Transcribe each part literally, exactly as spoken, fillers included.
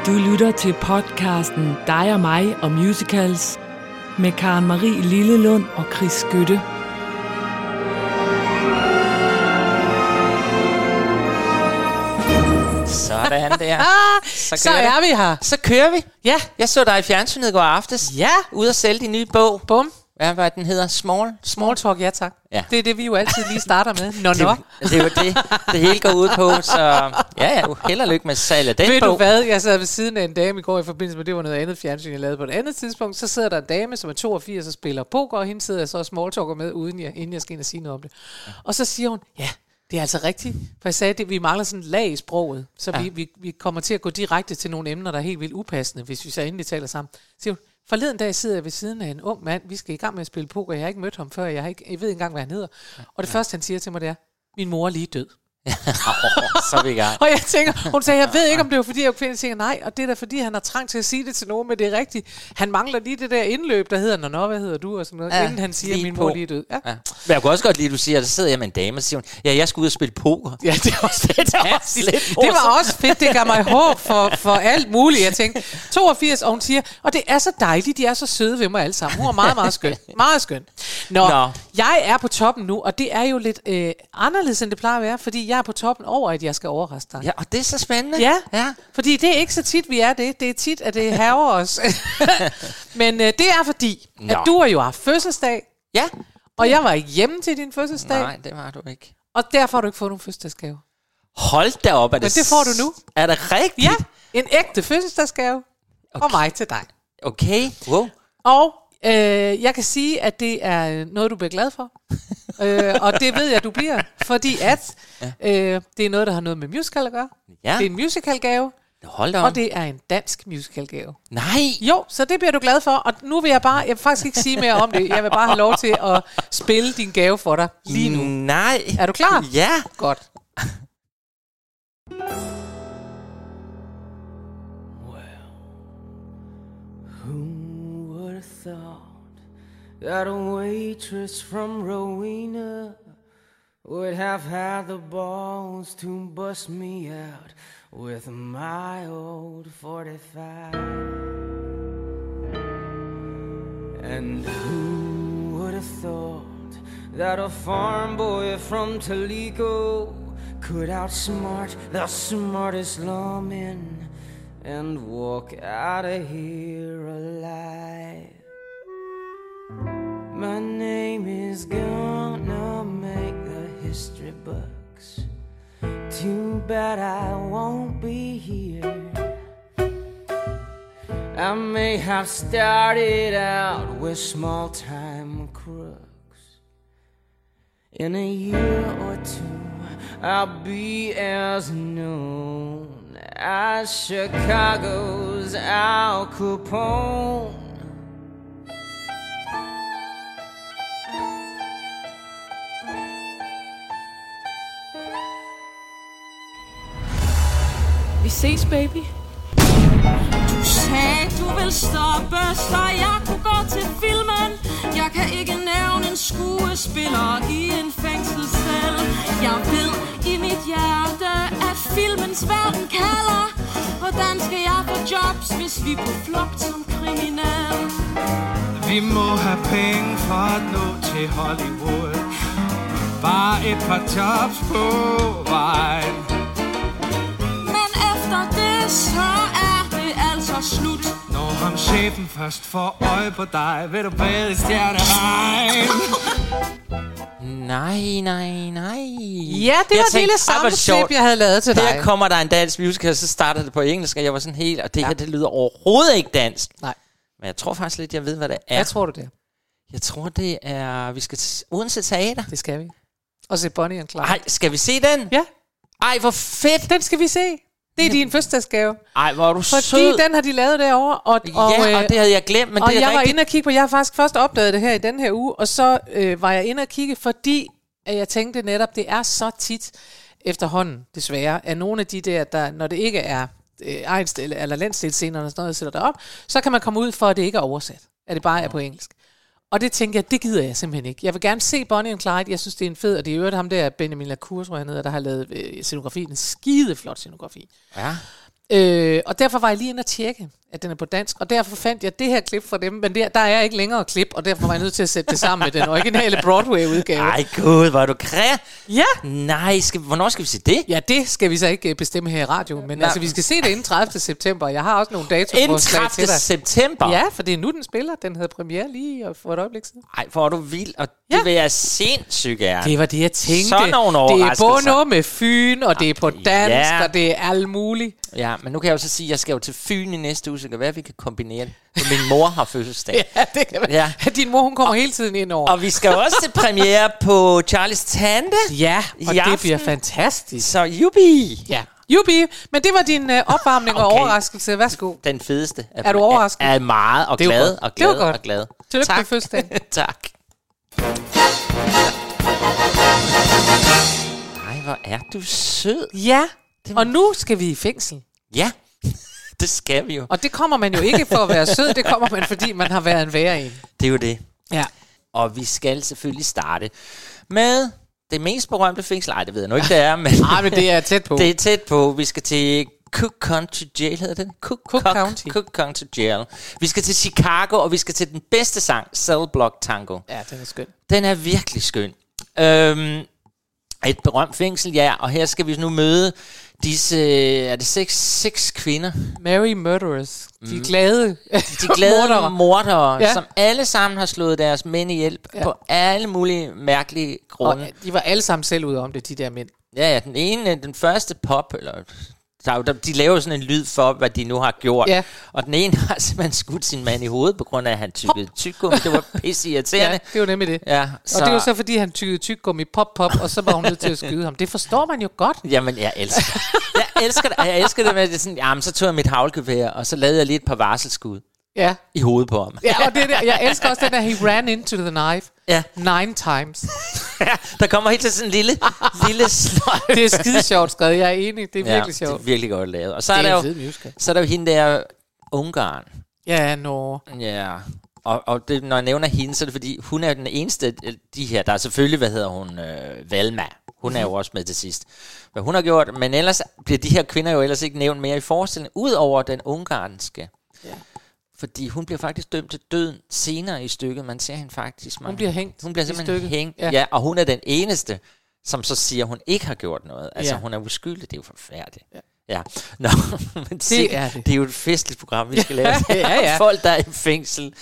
Du lytter til podcasten Dig og mig og musicals med Karen Marie Lillelund og Chris Skytte. Sådan der. Så, så er vi her. Så kører vi. Ja. Jeg så dig i fjernsynet i går aftes. Ja. Ude at sælge din nye bog. Bum. Hvad var den hedder? Small? Small talk, ja tak. Ja. Det er det, vi jo altid lige starter med. Nå, nå. Det, det er jo det, det hele går ud på. Så ja, ja, held og lykke med salg af den Ved bog. du hvad? Jeg sad ved siden af en dame i går i forbindelse med, det var noget andet fjernsyn, jeg lavede på et andet tidspunkt. Så sidder der en dame, som er toogfirs og spiller poker, og hende sidder jeg så og smalltalker med, uden jeg, inden jeg skal ind og sige noget om det. Ja. Og så siger hun, ja, det er altså rigtigt. For jeg sagde, at vi mangler sådan et lag i sproget, så ja. vi, vi, vi kommer til at gå direkte til nogle emner, der er helt vildt upassende, hvis vi så endelig taler sammen. Så siger hun, forleden dag sidder jeg ved siden af en ung mand, vi skal i gang med at spille poker, jeg har ikke mødt ham før, jeg, har ikke, jeg ved ikke engang, hvad han hedder. Og det ja. første, han siger til mig, det er, min mor er lige død. Så er vi i gang. Og jeg tænker, hun sagde, jeg ved ikke, om det var fordi, jeg var kvinde. Jeg tænker, nej, og det er da fordi, han har trang til at sige det til nogen, men det er rigtigt. Han mangler lige det der indløb, der hedder, nå, nå, hvad hedder du, og sådan noget, ja, inden han siger, min mor er lige død. Ja. Ja. Men jeg kunne også godt lide, at du siger, at der sidder jeg med en dame, og siger hun, ja, jeg skal ud og spille poker. Ja, det var også fedt. Det var også, det var også fedt, det gav mig håb for, for alt muligt. Jeg tænkte, toogfirs, og hun siger, og det er så dejligt, de er så søde ved mig alle sammen. Hun er meget, meget skøn. Meget skøn. Nå, Nå, jeg er på toppen nu, og det er jo lidt øh, anderledes, end det plejer at være, fordi jeg er på toppen over, at jeg skal overraske dig. Ja, og det er så spændende. Ja, ja, fordi det er ikke så tit, vi er det. Det er tit, at det haver os. Men øh, det er fordi, Nå. at du har jo haft fødselsdag. Ja. Og jeg var ikke hjemme til din fødselsdag. Nej, det var du ikke. Og derfor har du ikke fået nogen fødselsdagsgave. Hold da op. Er det Men det får du nu. Er det rigtigt? Ja, en ægte fødselsdagsgave. Okay. Og mig til dig. Okay, wow. Og øh, jeg kan sige, at det er noget, du bliver glad for. øh, og det ved jeg, du bliver. Fordi at ja. øh, det er noget, der har noget med musical at gøre. Ja. Det er en musicalgave. Hold da. Og det er en dansk musicalgave. Nej. Jo, så det bliver du glad for. Og nu vil jeg bare, jeg vil faktisk ikke sige mere om det. Jeg vil bare have lov til at spille din gave for dig lige nu. Nej. Er du klar? Ja. Godt. That a waitress from Rowena would have had the balls to bust me out with my old forty-five. And who would have thought that a farm boy from Toledo could outsmart the smartest lawmen and walk out of here alive? My name is gonna make the history books. Too bad I won't be here. I may have started out with small-time crooks. In a year or two, I'll be as known as Chicago's Al Capone. Vi ses, baby. Du sagde, du vil stoppe, så jeg kunne gå til filmen. Jeg kan ikke nævne en skuespiller i en fængselscelle. Jeg ved i mit hjerte, at filmens verden kalder. Hvordan skal jeg få jobs, hvis vi er på flugt som kriminelle? Vi må have penge for at nå til Hollywood. Bare et par jobs på vejen. Så er det altså slut. Når ham chefen først får øje på dig, vil du bade i stjerneregn. Nej, nej, nej. Ja, det var et lille sammenklip, jeg havde lavet til dig. Her kommer der en dansk musical, og så starter det på engelsk, og jeg var sådan helt, og det ja. her, det lyder overhovedet ikke dansk. Nej. Men jeg tror faktisk lidt, jeg ved, hvad det er. Hvad tror du det er? Jeg tror, det er, vi skal til Odense Teater. Det skal vi. Og se Bonnie and Clyde. Ej, skal vi se den? Ja. Ej, hvor fedt. Den skal vi se. Det er din fødselsdagsgave. Ej, hvor er du Fordi sød. Fordi den har de lavet derovre. Og, og, ja, og det havde jeg glemt, men og det er jeg rigtigt. var inde og kigge på, jeg har faktisk først opdaget det her i den her uge, og så øh, var jeg inde og kigge, fordi at jeg tænkte netop, det er så tit efterhånden, desværre, at nogle af de der, der når det ikke er øh, egenstil, eller landsdelsscenerne og sådan noget, der sætter derop, så kan man komme ud for, at det ikke er oversat. At det bare er på engelsk. Og det tænker jeg, det gider jeg simpelthen ikke. Jeg vil gerne se Bonnie and Clyde. Jeg synes, det er en fed, og det er jo øvrigt ham der, Benjamin Lacour, tror jeg, han hedder, der har lavet øh, scenografien. En skide flot scenografi. Ja. Øh, og derfor var jeg lige inde og tjekke, at den er på dansk, og derfor fandt jeg det her klip fra dem, men der, der er ikke længere klip, og derfor var jeg nødt til at sætte det sammen med den originale Broadway-udgave. Ej gud, hvor er du kræ. Ja. Nej, skal, hvornår skal vi se det? Ja, det skal vi så ikke bestemme her i radioen, men Nej. altså, vi skal se det inden tredivte september. Jeg har også nogle Inden datoforslag til tredivte dig. september? Ja, for det er nu, den spiller. Den havde premiere lige for et øjeblik siden. Ej, hvor er du vild, og det Ja. vil jeg sindssygt gerne. Det var det, jeg tænkte. Sådan nogle det er overraskelser. både noget med Fyn, og det er på dansk, Ja. og det er alt muligt. Ja, men nu kan jeg jo så sige, at jeg skal jo til Fyn i næste uge, så det kan være, at vi kan kombinere det. For min mor har fødselsdag. Ja, det kan være. Ja. Din mor, hun kommer hele tiden ind over. Og vi skal jo også til premiere på Charlies Tante. Ja, og I det aften. bliver fantastisk. Så jubi! Ja. Jubi, men det var din øh, opvarmning og Okay. overraskelse. Værsgo. Den fedeste. Er du overrasket? Er, er meget og Det er jo glad godt. og Det er jo glad godt. og glad. Tillykke Tak. med fødselsdagen. Tak. Ej, hvor er du sød. Ja, og nu skal vi i fængsel. Ja, det skal vi jo. Og det kommer man jo ikke for at være sød, det kommer man, fordi man har været en værre en. Det er jo det. Ja. Og vi skal selvfølgelig starte med det mest berømte fængsel. Ej, det ved jeg nu ikke, det er, men Nej, men det er tæt på. det er tæt på. Vi skal til Cook County Jail, hedder den? Cook, Cook County. Cook County Jail. Vi skal til Chicago, og vi skal til den bedste sang, Cell Block Tango. Ja, den er skøn. Den er virkelig skøn. Øhm, et berømt fængsel, ja, og her skal vi nu møde disse, er det seks, seks kvinder? Mary Murderers. De er glade. De glade Mordere. mordere, Ja. som alle sammen har slået deres mænd ihjel Ja. på alle mulige mærkelige Og grunde. de var alle sammen selv ude om det, de der mænd. Ja, ja, den ene, den første pop, eller der, er jo- der, de laver sådan en lyd for, hvad de nu har gjort. Ja. Og den ene har simpelthen skudt sin mand i hovedet, på grund af, at han tykkede tyggegummi. Det var pisse Ja, irriterende. det var nemlig det. Ja, Så. Og det var så, fordi han tykkede tyggegummi pop, pop, og så var hun nødt til at skyde ham. Det forstår man jo godt. Jamen, jeg elsker Jeg elsker det. Jeg elsker det med, at det er sådan, jamen, så tog jeg mit haglgevær, og så lavede jeg lige et par varselskud Ja. i hovedet på ham. Ja, og det der, jeg elsker også den der, he ran into the knife Ja. nine times. Der kommer helt til sådan en lille, lille sløj. Det er skide sjovt skrevet, jeg er enig. Det er virkelig ja, sjovt. det er virkelig godt lavet. Og så Det er, er der en jo, fed musical. så er der jo hende der Ungarn. Ja, nå. Ja, og, og det, når jeg nævner hende, så er det fordi, hun er den eneste af de her, der er selvfølgelig, hvad hedder hun, øh, Valma. Hun er jo også med til sidst. Hvad hun har gjort, men ellers bliver de her kvinder jo ellers ikke nævnt mere i forestillingen, ud over den ungarnske. Ja. Fordi hun bliver faktisk dømt til døden senere i stykket. Man ser hende faktisk. Man, Hun bliver hængt Hun bliver i simpelthen stykket. hængt. Ja. Ja. ja, og hun er den eneste, som så siger, at hun ikke har gjort noget. Altså, Ja. hun er uskyldig. Det er jo forfærdeligt. Ja. Ja. Nå, men det, er det. det er jo et festligt program, vi skal lave. Ja, ja. Folk, der er i fængsel.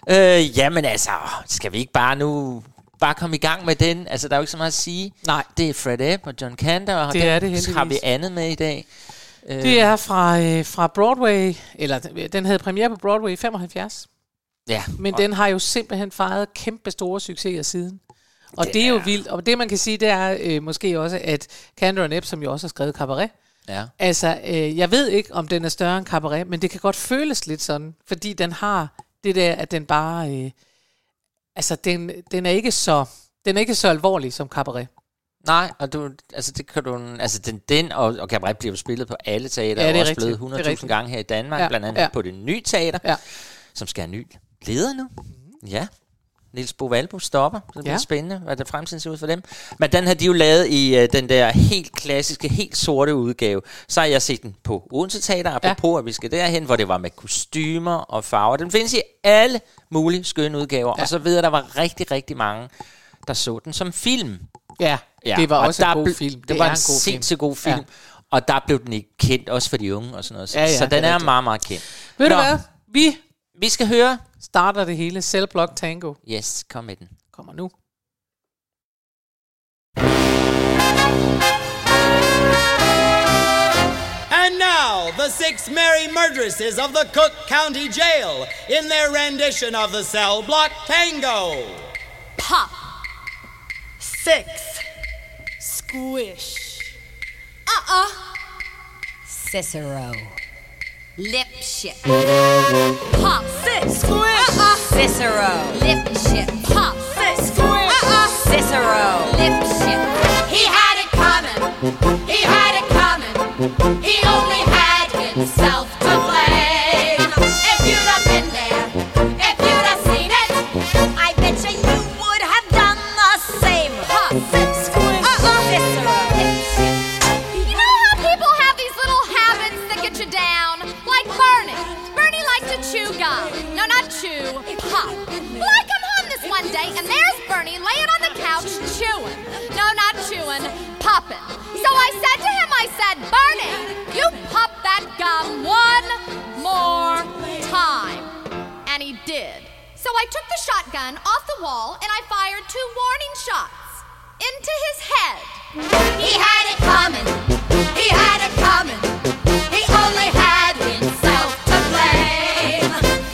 Øh, jamen altså, skal vi ikke bare nu bare komme i gang med den? Altså, der er jo ikke så meget at sige. Nej. Det er Fred Ebb og John Kander, og Det den er det heldigvis. har vi andet med i dag. Øh, Det er fra, øh, fra Broadway, eller den havde premiere på Broadway i femoghalvfjerds. ja. Men og, den har jo simpelthen fejret kæmpe store succeser siden. Og Det det, det er jo er- vildt. Og det man kan sige, det er øh, måske også, at Kander og Ebb, som jo også har skrevet Cabaret, ja. altså, øh, jeg ved ikke, om den er større end Cabaret, men det kan godt føles lidt sådan, fordi den har det der, at den bare, øh, altså, den, den er ikke så, den er ikke så alvorlig som Cabaret. Nej, og du, altså det kan du, altså den, den og, og Cabaret bliver jo spillet på alle teater, Ja, og det er også rigtigt. blevet Det er hundrede rigtigt. tusind gange her i Danmark, Ja, blandt andet ja. på det nye teater, Ja. som skal have ny leder nu. Mm. Ja, Niels Bo Valbo stopper, så det bliver Ja. spændende, hvad der fremtiden ser ud for dem. Men den har de jo lavet i uh, den der helt klassiske, helt sorte udgave. Så har jeg set den på Odense Teater, apropos ja. at vi skal derhen, hvor det var med kostymer og farver. Den findes i alle mulige skønne udgaver, ja. og så ved jeg, der var rigtig, rigtig mange, der så den som film. Ja, Ja, det var og også en der god ble- film. Det, Det var er en, en god film. sindssygt god film. Ja. Og der blev den ikke kendt, også for de unge og sådan noget. Så, Ja, ja, så det den er er rigtigt. meget, meget kendt. Ved du Nå, hvad? Vi Vi skal høre. starter det hele. Cell Block Tango Yes, kom med den. kommer nu. And now, the six merry murderesses of the Cook County Jail in their rendition of the Cell Block Tango. Pop. Six. Squish. Uh-uh. Cicero. Lip shit. Pop. Six. Squish. Uh-uh. Cicero. Lip shit. Pop. Six. Squish. Uh-uh. Cicero. Lip shit. He had it coming. He had it coming. He only had himself to blame. If you'd have been there, if you'd have seen it, I bet you you would have done the same. Pop. Squish. Uh-uh. Cicero. Lip shit. You know how people have these little habits that get you down? chewing. No, not chewing, popping. So I said to him, I said, Bernie, you pop that gum one more time. And he did. So I took the shotgun off the wall and I fired two warning shots into his head. He had it coming. He had it coming. He only had himself to blame.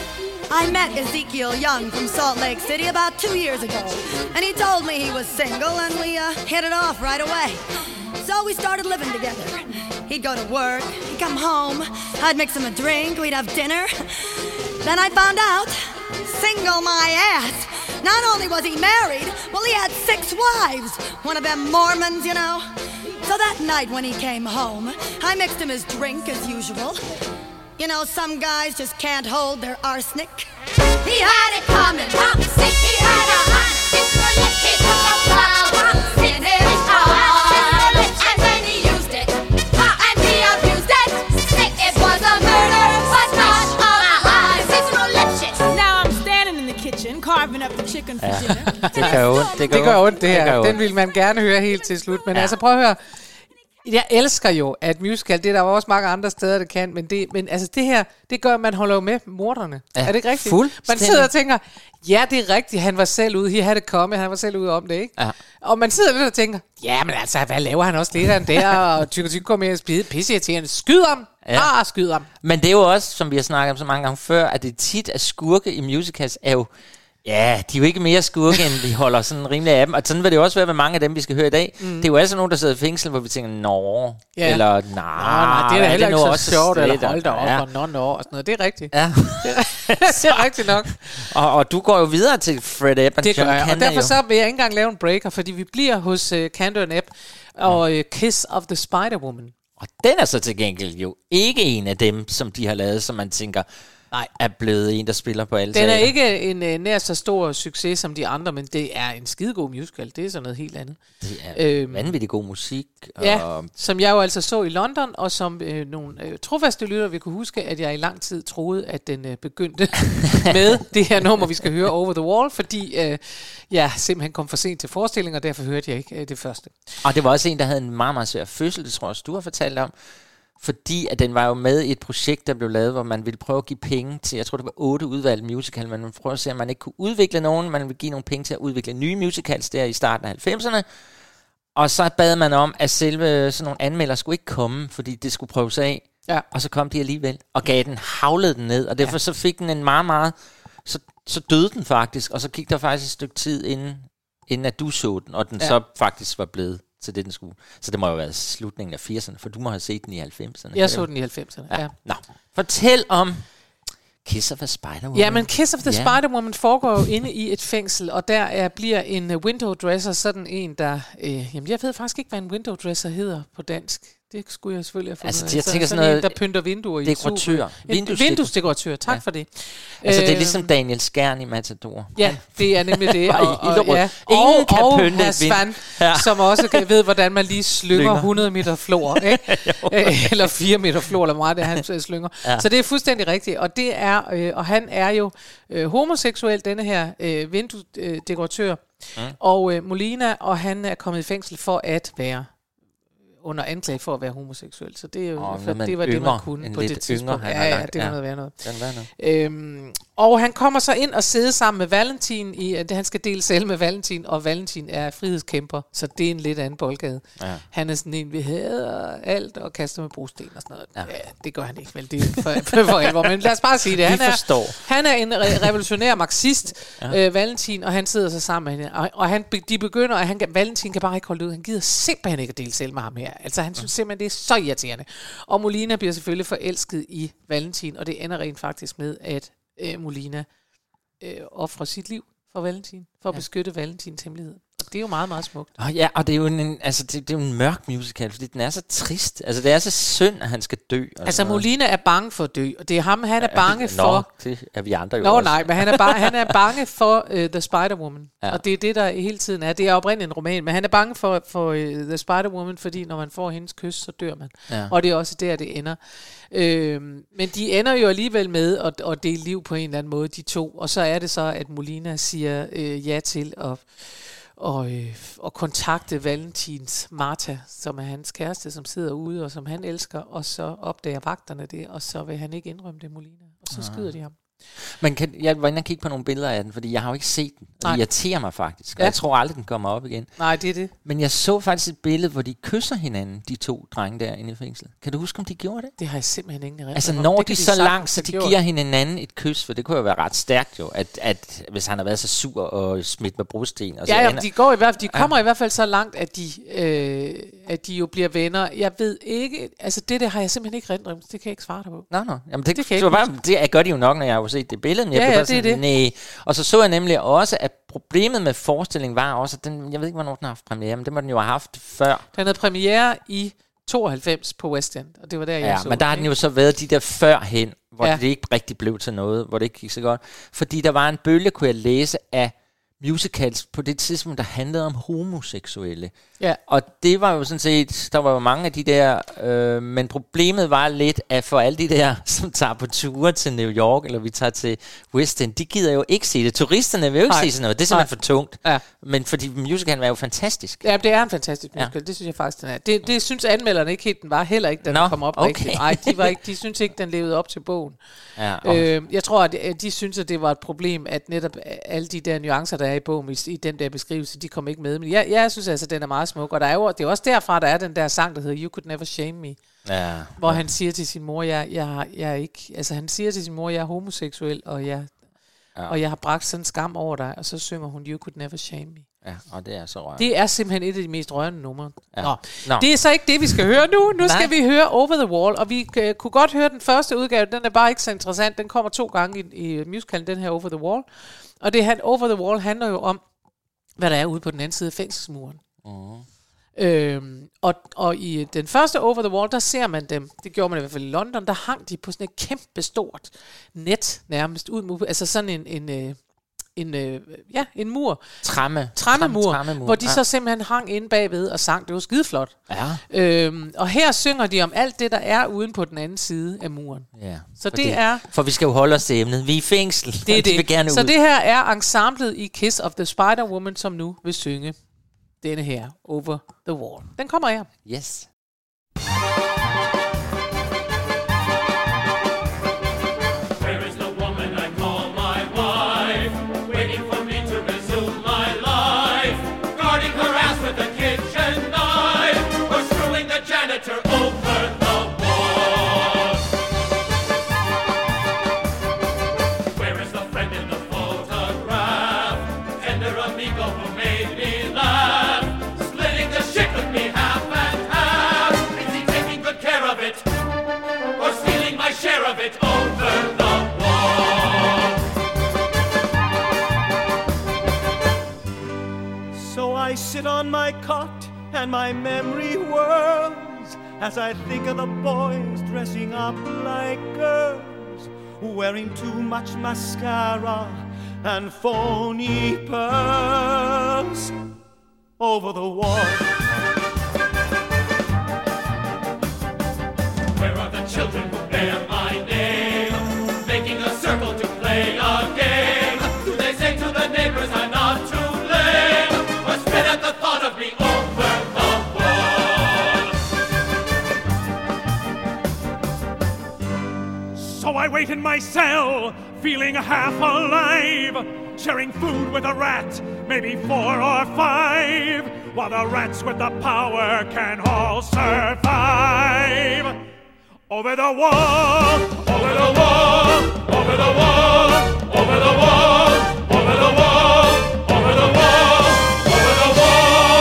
I met Ezekiel Young from Salt Lake City about two years ago, and he told me he was single, and we uh, hit it off right away. So we started living together. He'd go to work, he'd come home, I'd mix him a drink, we'd have dinner. Then I found out, single my ass. Not only was he married, well, he had six wives. One of them Mormons, you know. So that night when he came home, I mixed him his drink as usual. You know, some guys just can't hold their arsenic. He had it coming. He had a hot lick. He took a plow in his heart. And then he used it. And he abused it. It was a murder, but not of lies. Now I'm standing in the kitchen, carving up the chicken for dinner. Det gør ondt. Det gør, Det gør ondt, det Det gør her. ondt. Den vil man gerne høre helt til slut. Men ja. altså, prøv at høre. Jeg elsker jo, at musical, det er der også mange andre steder, der kan, men, det, men altså det her, det gør, at man holder jo med morderne. Ja, er det ikke rigtigt? Man sidder og tænker, ja, det er rigtigt, han var selv ude, he had it coming, han var selv ude om det, ikke? Ja. Og man sidder lidt og tænker, ja, men altså, hvad laver han også lidt af der, og tykker tykker kommer med at spide, pisseirriterende, skyd ham, ja. ah, skyd ham. Men det er jo også, som vi har snakket om så mange gange før, at det tit er skurke i musicals, er jo, ja, de er jo ikke mere skurke, end vi holder sådan rimelig af dem. Og sådan vil det jo også være med mange af dem, vi skal høre i dag. Mm. Det er jo altså nogen, der sidder i fængsel, hvor vi tænker, nå, ja. eller nej, Nå, nej, det er da heller ikke så også sjovt, eller slet, hold da op, ja. og nå, nå, og sådan noget. Det er rigtigt. Ja. det, er, det er rigtigt nok. og, og du går jo videre til Fred Ebb og Det John gør jeg, og Kander derfor jo. så vil jeg ikke engang lave en breaker, fordi vi bliver hos uh, Kander og Ebb og uh, Kiss of the Spider-Woman. Og den er så til gengæld jo ikke en af dem, som de har lavet, som man tænker, nej, er blevet en, der spiller på alle Den er teater. ikke en uh, nær så stor succes som de andre, men det er en skidegod musical. Det er sådan noget helt andet. Det er øhm, vanvittig god musik. Og ja, som jeg jo altså så i London, og som øh, nogle øh, trofaste lyttere vil kunne huske, at jeg i lang tid troede, at den øh, begyndte med det her nummer, vi skal høre, Over the Wall, fordi øh, jeg simpelthen kom for sent til forestillingen, og derfor hørte jeg ikke øh, det første. Og det var også en, der havde en meget, meget svær fødsel, det tror jeg også, du har fortalt om. Fordi at den var jo med i et projekt, der blev lavet, hvor man ville prøve at give penge til, jeg tror det var otte udvalgte musical, men man ville prøve at se, om man ikke kunne udvikle nogen, man ville give nogle penge til at udvikle nye musicals der i starten af halvfemserne. Og så bad man om, at selve sådan nogle anmeldere skulle ikke komme, fordi det skulle prøves af. Ja. Og så kom de alligevel, og gav den, havlede den ned, og derfor ja. så fik den en meget, meget, så, så døde den faktisk, og så gik der faktisk et stykke tid inden, inden at du så den, og den ja. så faktisk var blevet til det, den skulle. Så det må jo have været slutningen af firserne, for du må have set den i halvfemserne. Jeg så den i halvfemserne, ja. ja. Nå, fortæl om Kiss of the Spider-Woman. Ja, men Kiss of the ja. Spider-Woman foregår jo inde i et fængsel, og der er, bliver en uh, window dresser sådan en, der... Øh, jamen, jeg ved faktisk ikke, hvad en window dresser hedder på dansk. Det skulle jeg selvfølgelig have fundet. Altså, jeg så, tænker sådan sådan noget... en, der pynter vinduer i dekoratør. Vinduesdekoratør. Vinduesdekoratør, tak ja. for det. Altså, det er ligesom Daniel Skjern i Matador. Ja, det er nemlig det. og, og, ja. Ingen og, kan og pynte Hr. Svand, ja. som også kan, ved, hvordan man lige slynger hundrede meter flor, ikke? eller fire meter flor, eller meget det han slynger. Ja. Så det er fuldstændig rigtigt. Og det er, øh, og han er jo øh, homoseksuel, denne her øh, vinduesdekoratør. Mm. Og øh, Molina, og han er kommet i fængsel for at være under anklage for at være homoseksuel. Så det, er jo, oh, for det var yngre, det, man kunne på det tidspunkt. Ja, ja, det var noget værd noget. noget. Øhm, og han kommer så ind og sidder sammen med Valentin, i, at han skal dele selv med Valentin, og Valentin er frihedskæmper, så det er en lidt anden boldgade. Ja. Han er sådan en, vi hader alt, og kaster med brosten og sådan noget. Ja. Ja, det gør han ikke, vel? Det er for, for, for alvor, men lad os bare sige det. Han er, han er en re- revolutionær marxist, ja. øh, Valentin, og han sidder så sammen med hende. Og, og han, de begynder, at han, Valentin kan bare ikke holde ud. Han gider simpelthen ikke at dele selv med ham her. Altså, han synes simpelthen, det er så irriterende. Og Molina bliver selvfølgelig forelsket i Valentin, og det ender rent faktisk med, at øh, Molina øh, offrer sit liv for Valentin, for at ja. beskytte Valentins hemmelighed. Og det er jo meget, meget smukt. Oh, ja, og det er jo en, altså, det, det er jo en mørk musical, fordi den er så trist. Altså, det er så synd, at han skal dø. Altså, Molina er bange for at dø, og det er ham, han er bange Nå, for... det er vi andre jo Nå, også. nej, men han er, ba- han er bange for uh, The Spider-Woman, ja. og det er det, der hele tiden er. Det er oprindeligt en roman, men han er bange for, for uh, The Spider-Woman, fordi når man får hendes kys, så dør man. Ja. Og det er også der, det ender. Øhm, men de ender jo alligevel med at, at dele liv på en eller anden måde, de to. Og så er det så, at Molina siger øh, ja til at... og, øh, og kontakte Valentins Martha, som er hans kæreste, som sidder ude, og som han elsker, og så opdager vagterne det, og så vil han ikke indrømme det, Molina. Og så skyder de ham. Men kan, jeg var inde og kigge på nogle billeder af den, fordi jeg har jo ikke set den. Det irriterer mig faktisk, og ja. jeg tror aldrig, den kommer op igen. Nej, det er det. Men jeg så faktisk et billede, hvor de kysser hinanden, de to drenge der inde i fængslet. Kan du huske, om de gjorde det? Det har jeg simpelthen ingen erindring. Altså når de, de så langt, så de gjort. giver hinanden et kys, for det kunne jo være ret stærkt jo, at, at hvis han har været så sur og smidt med brosten. Og så ja, ja, ender, de, går i hvert fald, de kommer ja. i hvert fald så langt, at de, øh, at de jo bliver venner. Jeg ved ikke, altså det der har jeg simpelthen ikke erindring. Det kan jeg ikke svare dig på. Nå, nå. Jamen det, det, kan det, bare, det gør de jo nok, når jeg har set det billede. Men jeg ja, ja, det sådan, er det. Nej. Og så så jeg nemlig også, at problemet med forestillingen var også, at den, jeg ved ikke, hvornår den har haft premiere, men det må den jo have haft før. Den havde premiere i tooghalvfems på West End, og det var der, jeg ja, så. Men der har den jo så været de der førhen, hvor ja. det ikke rigtig blev til noget, hvor det ikke gik så godt. Fordi der var en bølge, kunne jeg læse, af musicals på det tidspunkt, der handlede om homoseksuelle. Ja. Og det var jo sådan set, der var jo mange af de der, øh, men problemet var lidt, at for alle de der, som tager på ture til New York, eller vi tager til West End, de gider jo ikke se det. Turisterne vil jo ikke Nej. se sådan noget. Det er simpelthen for tungt. Ja. Men fordi musicalen er jo fantastisk. Ja, det er en fantastisk musical. Ja. Det synes jeg faktisk, den er. Det, det synes anmelderne ikke helt, den var heller ikke, da den kom op okay. rigtigt. Nej, de, var ikke, de synes ikke, den levede op til bogen. Ja, okay. øh, jeg tror, at de synes, at det var et problem, at netop alle de der nuancer, der er i bogen, i, i den der beskrivelse, de kom ikke med. Men jeg, jeg synes altså, den er meget smuk. Og der er jo, det er også derfra, der er den der sang, der hedder You Could Never Shame Me. Ja. Hvor han siger til sin mor, jeg, jeg, jeg er ikke, altså han siger til sin mor, jeg er homoseksuel, og jeg, ja. og jeg har bragt sådan en skam over dig, og så synger hun You Could Never Shame Me. Ja, og det er så rørende. Det er simpelthen et af de mest rørende numre. Ja. Nå. Nå. Det er så ikke det, vi skal høre nu. Nu skal vi høre Over the Wall, og vi uh, kunne godt høre den første udgave. Den er bare ikke så interessant. Den kommer to gange i, i musicalen, den her Over the Wall. Og det her Over the Wall handler jo om, hvad der er ude på den anden side af fængselsmuren. Uh-huh. Øhm, og, og i den første Over the Wall, der ser man dem, det gjorde man i hvert fald i London, der hang de på sådan et kæmpe stort net nærmest ud mod, altså sådan en, en, en, en, ja, en mur. Tramme. Trammemur, Trammemur. hvor de ja. så simpelthen hang inde bagved og sang. Det var skideflot. Ja. Øhm, og her synger de om alt det, der er uden på den anden side af muren. Ja. Så for det, det er... For vi skal jo holde os til emnet. Vi er i fængsel. Det er det. Gerne så ud. det her er ensemblet i Kiss of the Spider-Woman, som nu vil synge denne her, Over the Wall. Den kommer her. Yes. Where is the woman I call my wife? Waiting for me to resume my life. Guarding her ass with a kitchen knife. Or screwing the janitor over the wall. Where is the friend in the photograph? Tender amigo who made me laugh. Splitting the shit with me half and half. Is he taking good care of it? Or stealing my share of it over the wall? So I sit on my cot and my memory whirls as I think of the boys dressing up like girls, wearing too much mascara and phony pearls. Over the wall. Where are the children who bear my name? Making a circle to play a game. Do they say to the neighbors I'm not to blame? Or spit at the thought of me over the wall? So I wait in my cell, feeling half alive, sharing food with a rat, maybe four or five, while the rats with the power can all survive. Over the wall, over the wall, over the wall, over the wall, over the wall, over the wall, over the wall.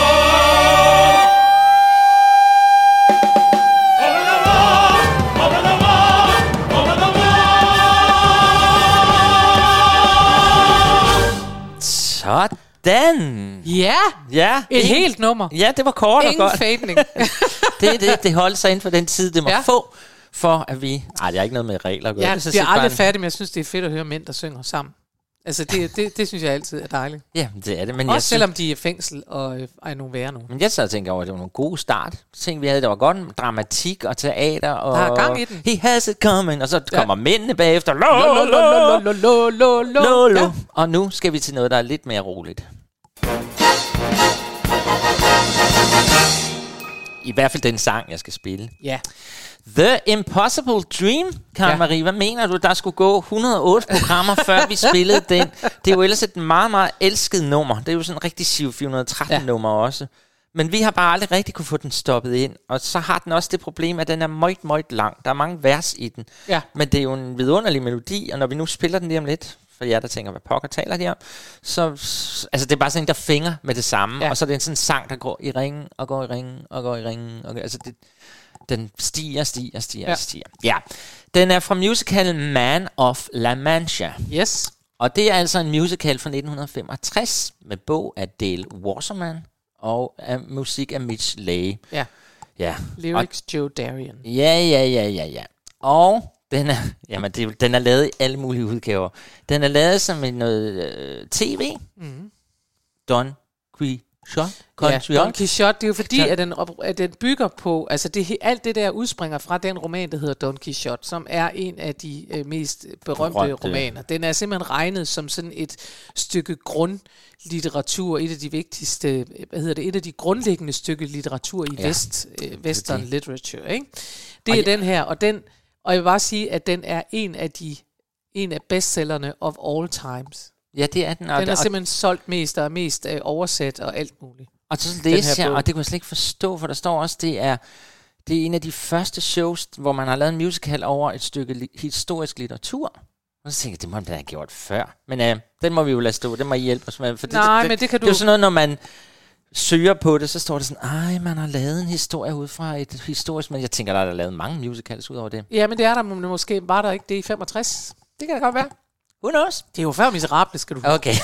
Over the wall, over the wall, over the wall. Sådan. Ja, ja et ingen, helt nummer. Ja, det var kort ingen og godt. fadning. det, det, det holdt sig inden for den tid, det må ja. få, for at vi... Ej, det er ikke noget med regler at gøre. Ja, det, så jeg bliver aldrig en... færdig, men jeg synes, det er fedt at høre mænd, der synger sammen. Altså, det, det, det synes jeg altid er dejligt. Ja, det er det. Men også jeg selvom de er i fængsel og øh, er nogle værre nogen. Men jeg så tænker over, at det var nogle gode start. Ting vi havde, der var godt dramatik og teater. Og der er gang i den. He has it coming. Og så ja. kommer mændene bagefter. Lo, lo, lo, lo, lo, lo, lo. Og nu skal vi til noget, der er lidt mere roligt. i hvert fald den sang, jeg skal spille. Ja. The Impossible Dream, Karen ja. Marie. Hvad mener du, der skulle gå et hundrede og otte programmer, før vi spillede den? Det er jo ellers et meget, meget elsket nummer. Det er jo sådan en rigtig Giro fire hundrede og tretten ja. nummer også. Men vi har bare aldrig rigtig kunne få den stoppet ind. Og så har den også det problem, at den er meget, meget lang. Der er mange vers i den. Ja. Men det er jo en vidunderlig melodi, og når vi nu spiller den lige om lidt, for jer, der tænker, hvad pokker taler de om, så altså, det er bare sådan en, der finger med det samme. Ja. Og så er det en sådan en sang, der går i ringen, og går i ringen, og går i ringen. Og, altså det, den stiger, stiger, stiger, ja. stiger. Ja. Den er fra musicalen Man of La Mancha. Yes. Og det er altså en musical fra nitten femogtres, med bog af Dale Wasserman, og af musik af Mitch Leigh. Ja. Ja. Lyrics Joe Darian. Ja, ja, ja, ja, ja. Og den er, jamen det, den er lavet i alle mulige udgaver. Den er lavet som en noget øh, tv. Mm-hmm. Don Quixote. Ja, Don Quixote, det er jo fordi, at den, at den bygger på, altså det, alt det der udspringer fra den roman, der hedder Don Quixote, som er en af de øh, mest berømte Berømte. romaner. Den er simpelthen regnet som sådan et stykke grundlitteratur, et af de vigtigste, hvad hedder det, et af de grundlæggende stykke litteratur i ja. vest, øh, western det. literature, ikke? Det og er ja. den her, og den, og jeg vil bare sige, at den er en af de, en af bestsellerne of all times. Ja, det er den. Og den er simpelthen solgt mest og mest øh, oversat og alt muligt. Og så læser jeg, og det kunne jeg slet ikke forstå, for der står også, det er, det er en af de første shows, hvor man har lavet en musical over et stykke li- historisk litteratur. Og så tænker jeg, det må man da have gjort før. Men øh, den må vi jo lade stå, den må I hjælpe os med. For Nej, det, det, men det kan det, du... det er jo sådan noget, når man søger på det, så står det sådan, ej, man har lavet en historie ud fra et historisk, men jeg tænker, der er der lavet mange musicals ud over det. Ja, men det er der måske, var der ikke det i femogtres? Det kan da godt være. Who knows? Det er jo før miserable, skal du huske. Okay.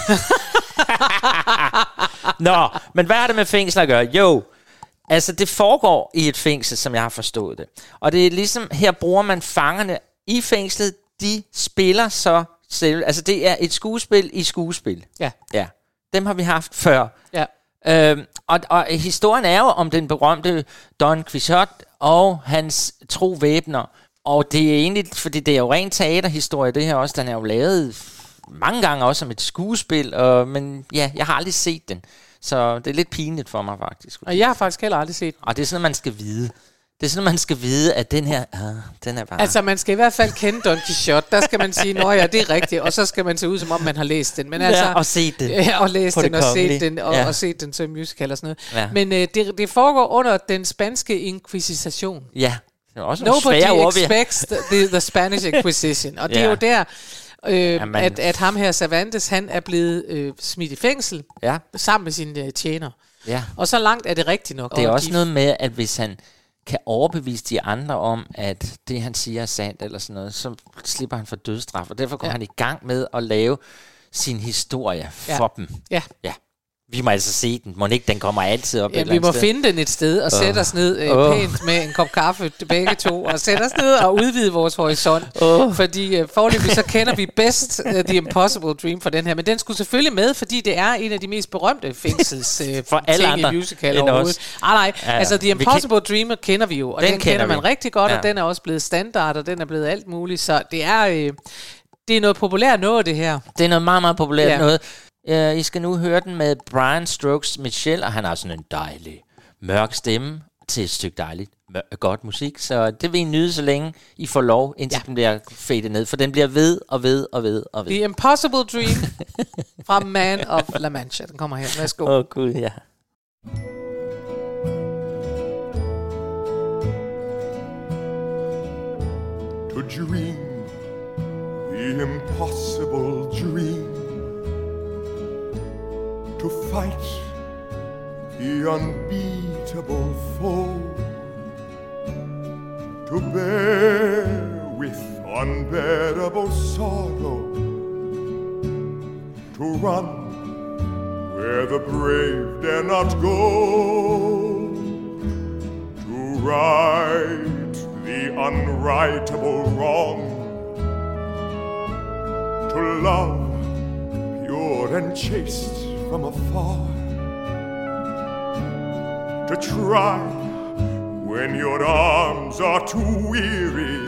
Nå, men hvad er det med fængsel at gøre? Jo, altså det foregår i et fængsel, som jeg har forstået det. Og det er ligesom, her bruger man fangerne i fængslet, de spiller så selv. Altså det er et skuespil i skuespil. Ja. Ja. Dem har vi haft før. Ja. Øhm, og, og historien er jo om den berømte Don Quixote og hans tro væbner. Og det er egentlig, fordi det er jo ren teaterhistorie, det her også. Den er jo lavet mange gange også som et skuespil, og, men ja, jeg har aldrig set den. Så det er lidt pinligt for mig faktisk. Og jeg har faktisk heller aldrig set den. Og det er sådan, man skal vide. Det er sådan, man skal vide, at den her, ah, den er bare... Altså, man skal i hvert fald kende Don Quixote. Der skal man sige, nå ja, det er rigtigt. Og så skal man se ud, som om man har læst den. Men altså, ja, og set den. Ja, og læst den, og set den, og, ja. og set den som musical og sådan noget. Ja. Men øh, det, det foregår under den spanske inkvisition. Ja, det er også Nobody expects the, the Spanish Inquisition. Og det ja. er jo der... Øh, at, at ham her Cervantes, han er blevet øh, smidt i fængsel ja. sammen med sine øh, tjener. Ja. Og så langt er det rigtigt nok. Det er også de... noget med, at hvis han kan overbevise de andre om, at det han siger er sandt eller sådan noget, så slipper han for dødsstraf. Og derfor går ja. han i gang med at lave sin historie for ja. dem. Ja. Ja. Vi må altså se den. Må ikke, den kommer altid op ja, et eller vi må sted. finde den et sted og uh. sætte os ned øh, uh. pænt med en kop kaffe begge to, og sætte os ned og udvide vores horisont. Uh. Fordi øh, foreløbig så kender vi bedst uh, The Impossible Dream for den her. Men den skulle selvfølgelig med, fordi det er en af de mest berømte fængsels øh, for alle ting andre i musical overhovedet. Ah, nej, ja, ja. Altså The Impossible kan... Dream kender vi jo, og den, den kender, kender man vi. rigtig godt, ja. og den er også blevet standard, og den er blevet alt muligt. Så det er, øh, det er noget populært noget, det her. Det er noget meget, meget populært ja. noget. Uh, I skal nu høre den med Brian Stokes Mitchell, og han har sådan en dejlig, mørk stemme til et stykke dejligt, mør- godt musik. Så det vil I nyde, så længe I får lov, indtil ja. den bliver fadet ned. For den bliver ved og ved og ved og ved. The Impossible Dream fra Man of La Mancha. Den kommer her. Værsgo. Åh oh, gud, ja. To dream the impossible dream, to fight the unbeatable foe, to bear with unbearable sorrow, to run where the brave dare not go, to right the unrightable wrong, to love pure and chaste from afar, to try when your arms are too weary,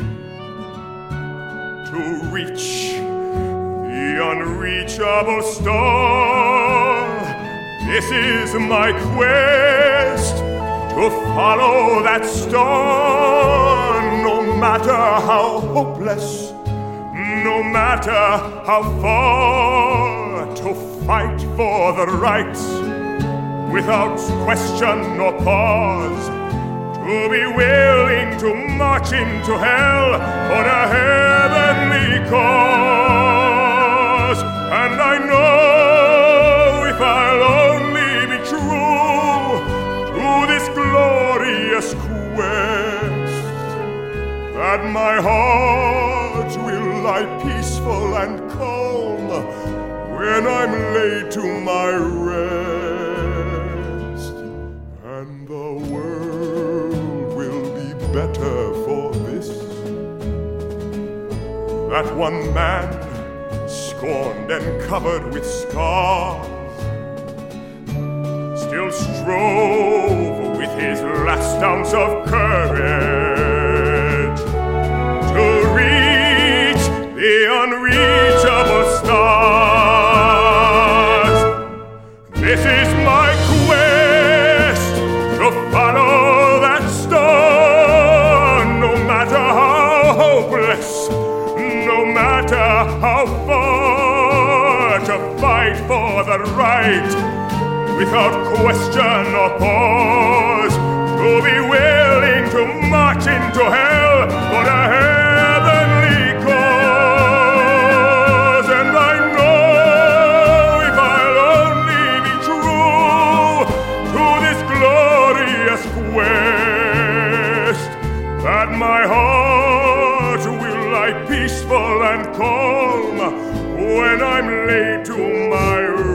to reach the unreachable star. This is my quest, to to follow that star, no matter how hopeless, no matter how far, to fight for the right without question or pause, to be willing to march into hell for a heavenly cause. And I know if I'll only be true to this glorious quest, that my heart will lie peaceful and calm when I'm laid to my rest. And the world will be better for this, that one man, scorned and covered with scars, still strove with his last ounce of courage to reach the unreachable stars. This is my quest, to follow that star, no matter how hopeless, no matter how far, to fight for the right without question or pause, to be willing to march into hell for a heavenly cause. And I know if I'll only be true to this glorious quest, that my heart will lie peaceful and calm when I'm laid to my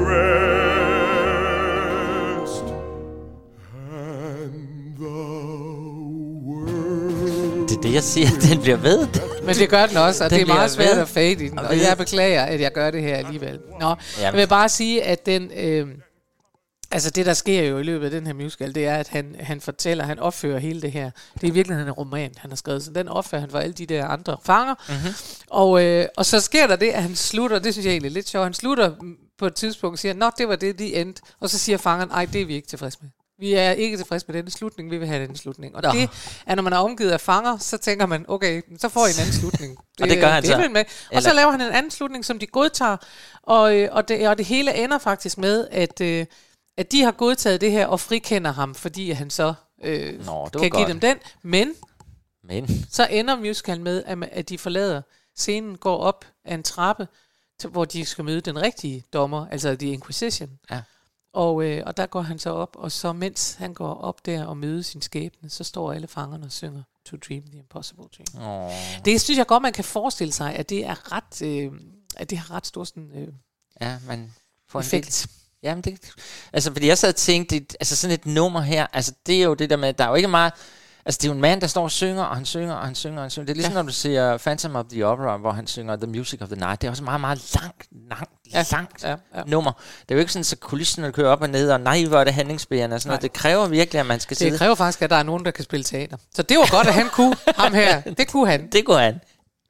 rest. And the world... Det er det, jeg siger, den bliver ved. Men det gør den også, og Den det er meget bliver svært ved. at fade i den. Og jeg beklager, at jeg gør det her alligevel. Nå, jeg vil bare sige, at den... Øh, altså det, der sker jo i løbet af den her musical, det er, at han, han fortæller, han opfører hele det her. Det er i virkeligheden en roman, han har skrevet. Så den opfører han for alle de der andre fanger. Mm-hmm. Og, øh, og så sker der det, at han slutter, det synes jeg egentlig er lidt sjovt, han slutter på et tidspunkt og siger, nå, det var det, the end. Og så siger fangeren, ej, det er vi ikke tilfredse med. Vi er ikke tilfredse med denne slutning, vi vil have denne slutning. Og Nå. det er, når man er omgivet af fanger, så tænker man, okay, så får I en anden slutning. Det, og det gør han det så. Med. Og Eller... så laver han en anden slutning, som de godtager. Og, og, det, og det hele ender faktisk med, at... Øh, at de har godtaget det her og frikender ham, fordi han så øh, Nå, kan godt. give dem den. Men, Men så ender musicalen med, at de forlader scenen, går op ad en trappe, til, hvor de skal møde den rigtige dommer, altså The Inquisition. Ja. Og, øh, og der går han så op, og så mens han går op der og møder sin skæbne, så står alle fangerne og synger To Dream the Impossible Dream. Oh. Det synes jeg godt, man kan forestille sig, at det er ret, øh, at det har ret stor sådan, øh, ja, man får effekt. En Jamen det, altså fordi jeg sad og tænkte, det, altså sådan et nummer her, altså det er jo det der med, der er jo ikke meget, altså det er jo en mand, der står og synger, og han synger, og han synger, og han synger. Det er ligesom, ja. når du ser Phantom of the Opera, hvor han synger The Music of the Night. Det er også meget, meget langt, langt, ja. langt ja, ja. nummer. Det er jo ikke sådan, så kulissen, når du kører op og ned, og nej, hvor er det handlingsbærende og sådan noget. Det kræver virkelig, at man skal det sidde. Det kræver faktisk, at der er nogen, der kan spille teater. Så det var godt, at han kunne, ham her. Det kunne han. Det kunne han.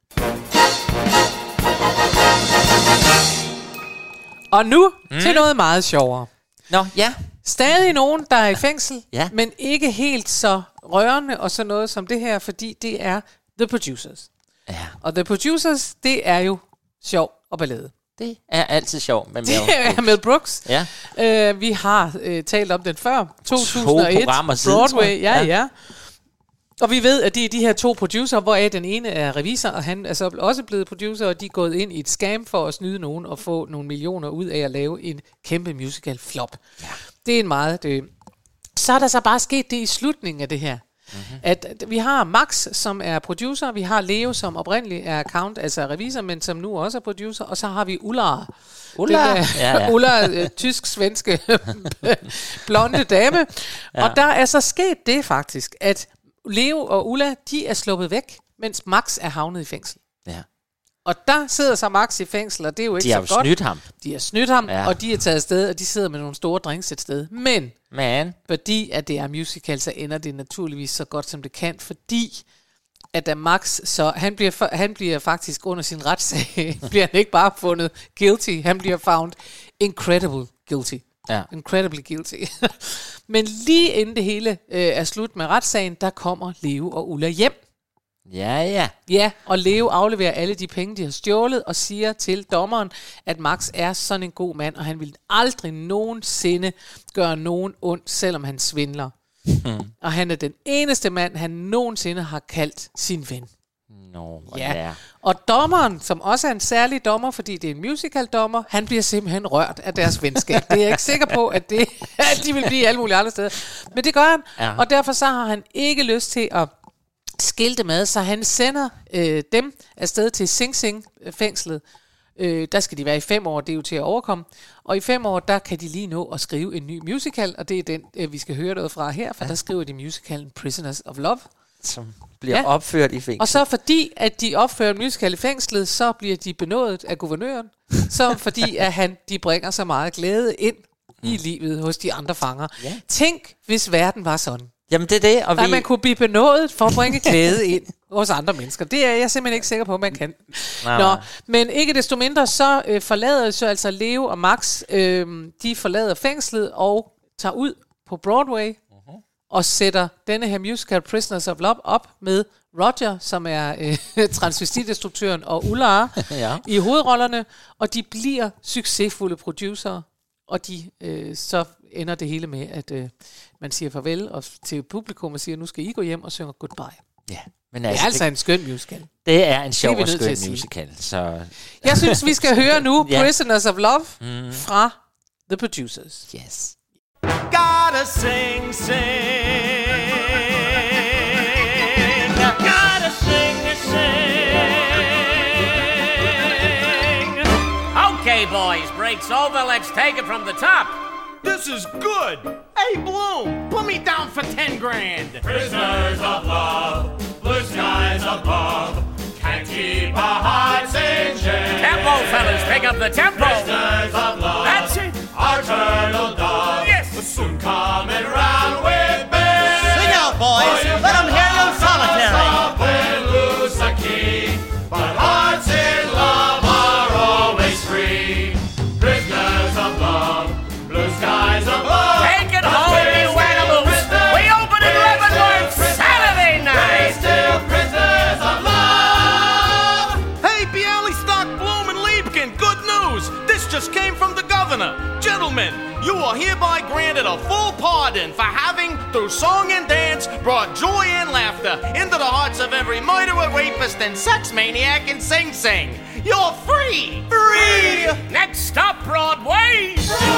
Og nu mm. til noget meget sjovere. Nå, ja. Stadig nogen, der er i fængsel, ja. men ikke helt så rørende og sådan noget som det her, fordi det er The Producers. Ja. Og The Producers, det er jo sjov og ballade. Det er altid sjov med Mel Brooks. Mel Brooks. Ja. Uh, vi har uh, talt om den før. to tusind og et, siden, Broadway. Ja, ja, ja. Og vi ved, at det er de her to producer, hvoraf den ene er revisor, og han er så også blevet producer, og de er gået ind i et scam for at snyde nogen og få nogle millioner ud af at lave en kæmpe musical flop. Ja. Det er en meget... Det. Så er der så bare sket det i slutningen af det her. Mm-hmm. At, at vi har Max, som er producer, vi har Leo, som oprindeligt er account, altså revisor, men som nu også er producer, og så har vi Ulla. Ulla, der, ja, ja. Ulla øh, tysk-svenske blonde dame. Ja. Og der er så sket det faktisk, at Leo og Ulla, de er sluppet væk, mens Max er havnet i fængsel. Ja. Og der sidder så Max i fængsel, og det er jo ikke de så har godt. De har snydt ham. De har snydt ham, ja. og de er taget afsted, og de sidder med nogle store drinks et sted. Men, Men, fordi at det er musical, så ender det naturligvis så godt, som det kan, fordi at da Max, så han bliver, for, han bliver faktisk under sin retssag, bliver han ikke bare fundet guilty, han bliver found incredible guilty. Ja. Incredibly guilty. Men lige inden det hele øh, er slut med retssagen, der kommer Leo og Ulla hjem. Ja, ja. Ja, og Leo afleverer alle de penge, de har stjålet, og siger til dommeren, at Max er sådan en god mand, og han vil aldrig nogensinde gøre nogen ondt, selvom han svindler. Hmm. Og han er den eneste mand, han nogensinde har kaldt sin ven. Nå, ja. ja. Og dommeren, som også er en særlig dommer, fordi det er en musical-dommer, han bliver simpelthen rørt af deres venskab. Det er jeg ikke sikker på, at, det, at de vil blive alle mulige andre steder. Men det gør han, ja. Og derfor så har han ikke lyst til at skilte med, så han sender øh, dem afsted til Sing Sing-fængslet. Øh, der skal de være i fem år, det er jo til at overkomme. Og i fem år, der kan de lige nå at skrive en ny musical, og det er den, øh, vi skal høre noget fra her, for ja. Der skriver de musicalen Prisoners of Love. Som bliver ja. opført i fængslet. Og så fordi, at de opfører en musical i fængslet, så bliver de benådet af guvernøren, så fordi, at han, de bringer så meget glæde ind mm. i livet hos de andre fanger. Ja. Tænk, hvis verden var sådan. Jamen det er det. Og at vi... man kunne blive benådet for at bringe glæde ind hos andre mennesker. Det er jeg simpelthen ikke sikker på, at man kan. Nej. Nå, men ikke desto mindre, så øh, forlader så altså Leo og Max, øh, de forlader fængslet og tager ud på Broadway uh-huh. og sætter denne her musical Prisoners of Love op med Roger, som er øh, transvestitdestruktøren, og Ulla ja. i hovedrollerne, og de bliver succesfulde producer, og de øh, så ender det hele med, at øh, man siger farvel og til publikum og siger, nu skal I gå hjem og synge goodbye. Ja, men altså, det er altså det, en skøn musical. Det er en sjov og skøn musical. Så. Jeg synes, vi skal høre nu ja. Prisoners of Love mm. fra The Producers. Yes. Gotta sing, sing. Gotta sing, sing. Okay, boys, break's over. Let's take it from the top. This is good. Hey, Bloom, put me down for ten grand. Prisoners of love, blue skies above, can't keep our hearts in chains. Tempo, fellas, pick up the tempo. Prisoners of love, that's it. Our turtle dove, yes, will soon coming round with bells. Sing out, boys. Let them hear you solitary. When loose a key, but hearts in love are always free. Prisoners of love, blue skies above. Take it home, you animals. We open in Leavenworth Saturday night. We're still prisoners of love. Hey, Bialystok, Bloom, and Liebkin, good news. This just came from the governor. Gentlemen, you are hereby granted a full pardon for having, through song and dance, brought joy and laughter into the hearts of every murderer, rapist, and sex maniac in Sing Sing. You're free! Free! Next stop, Broadway!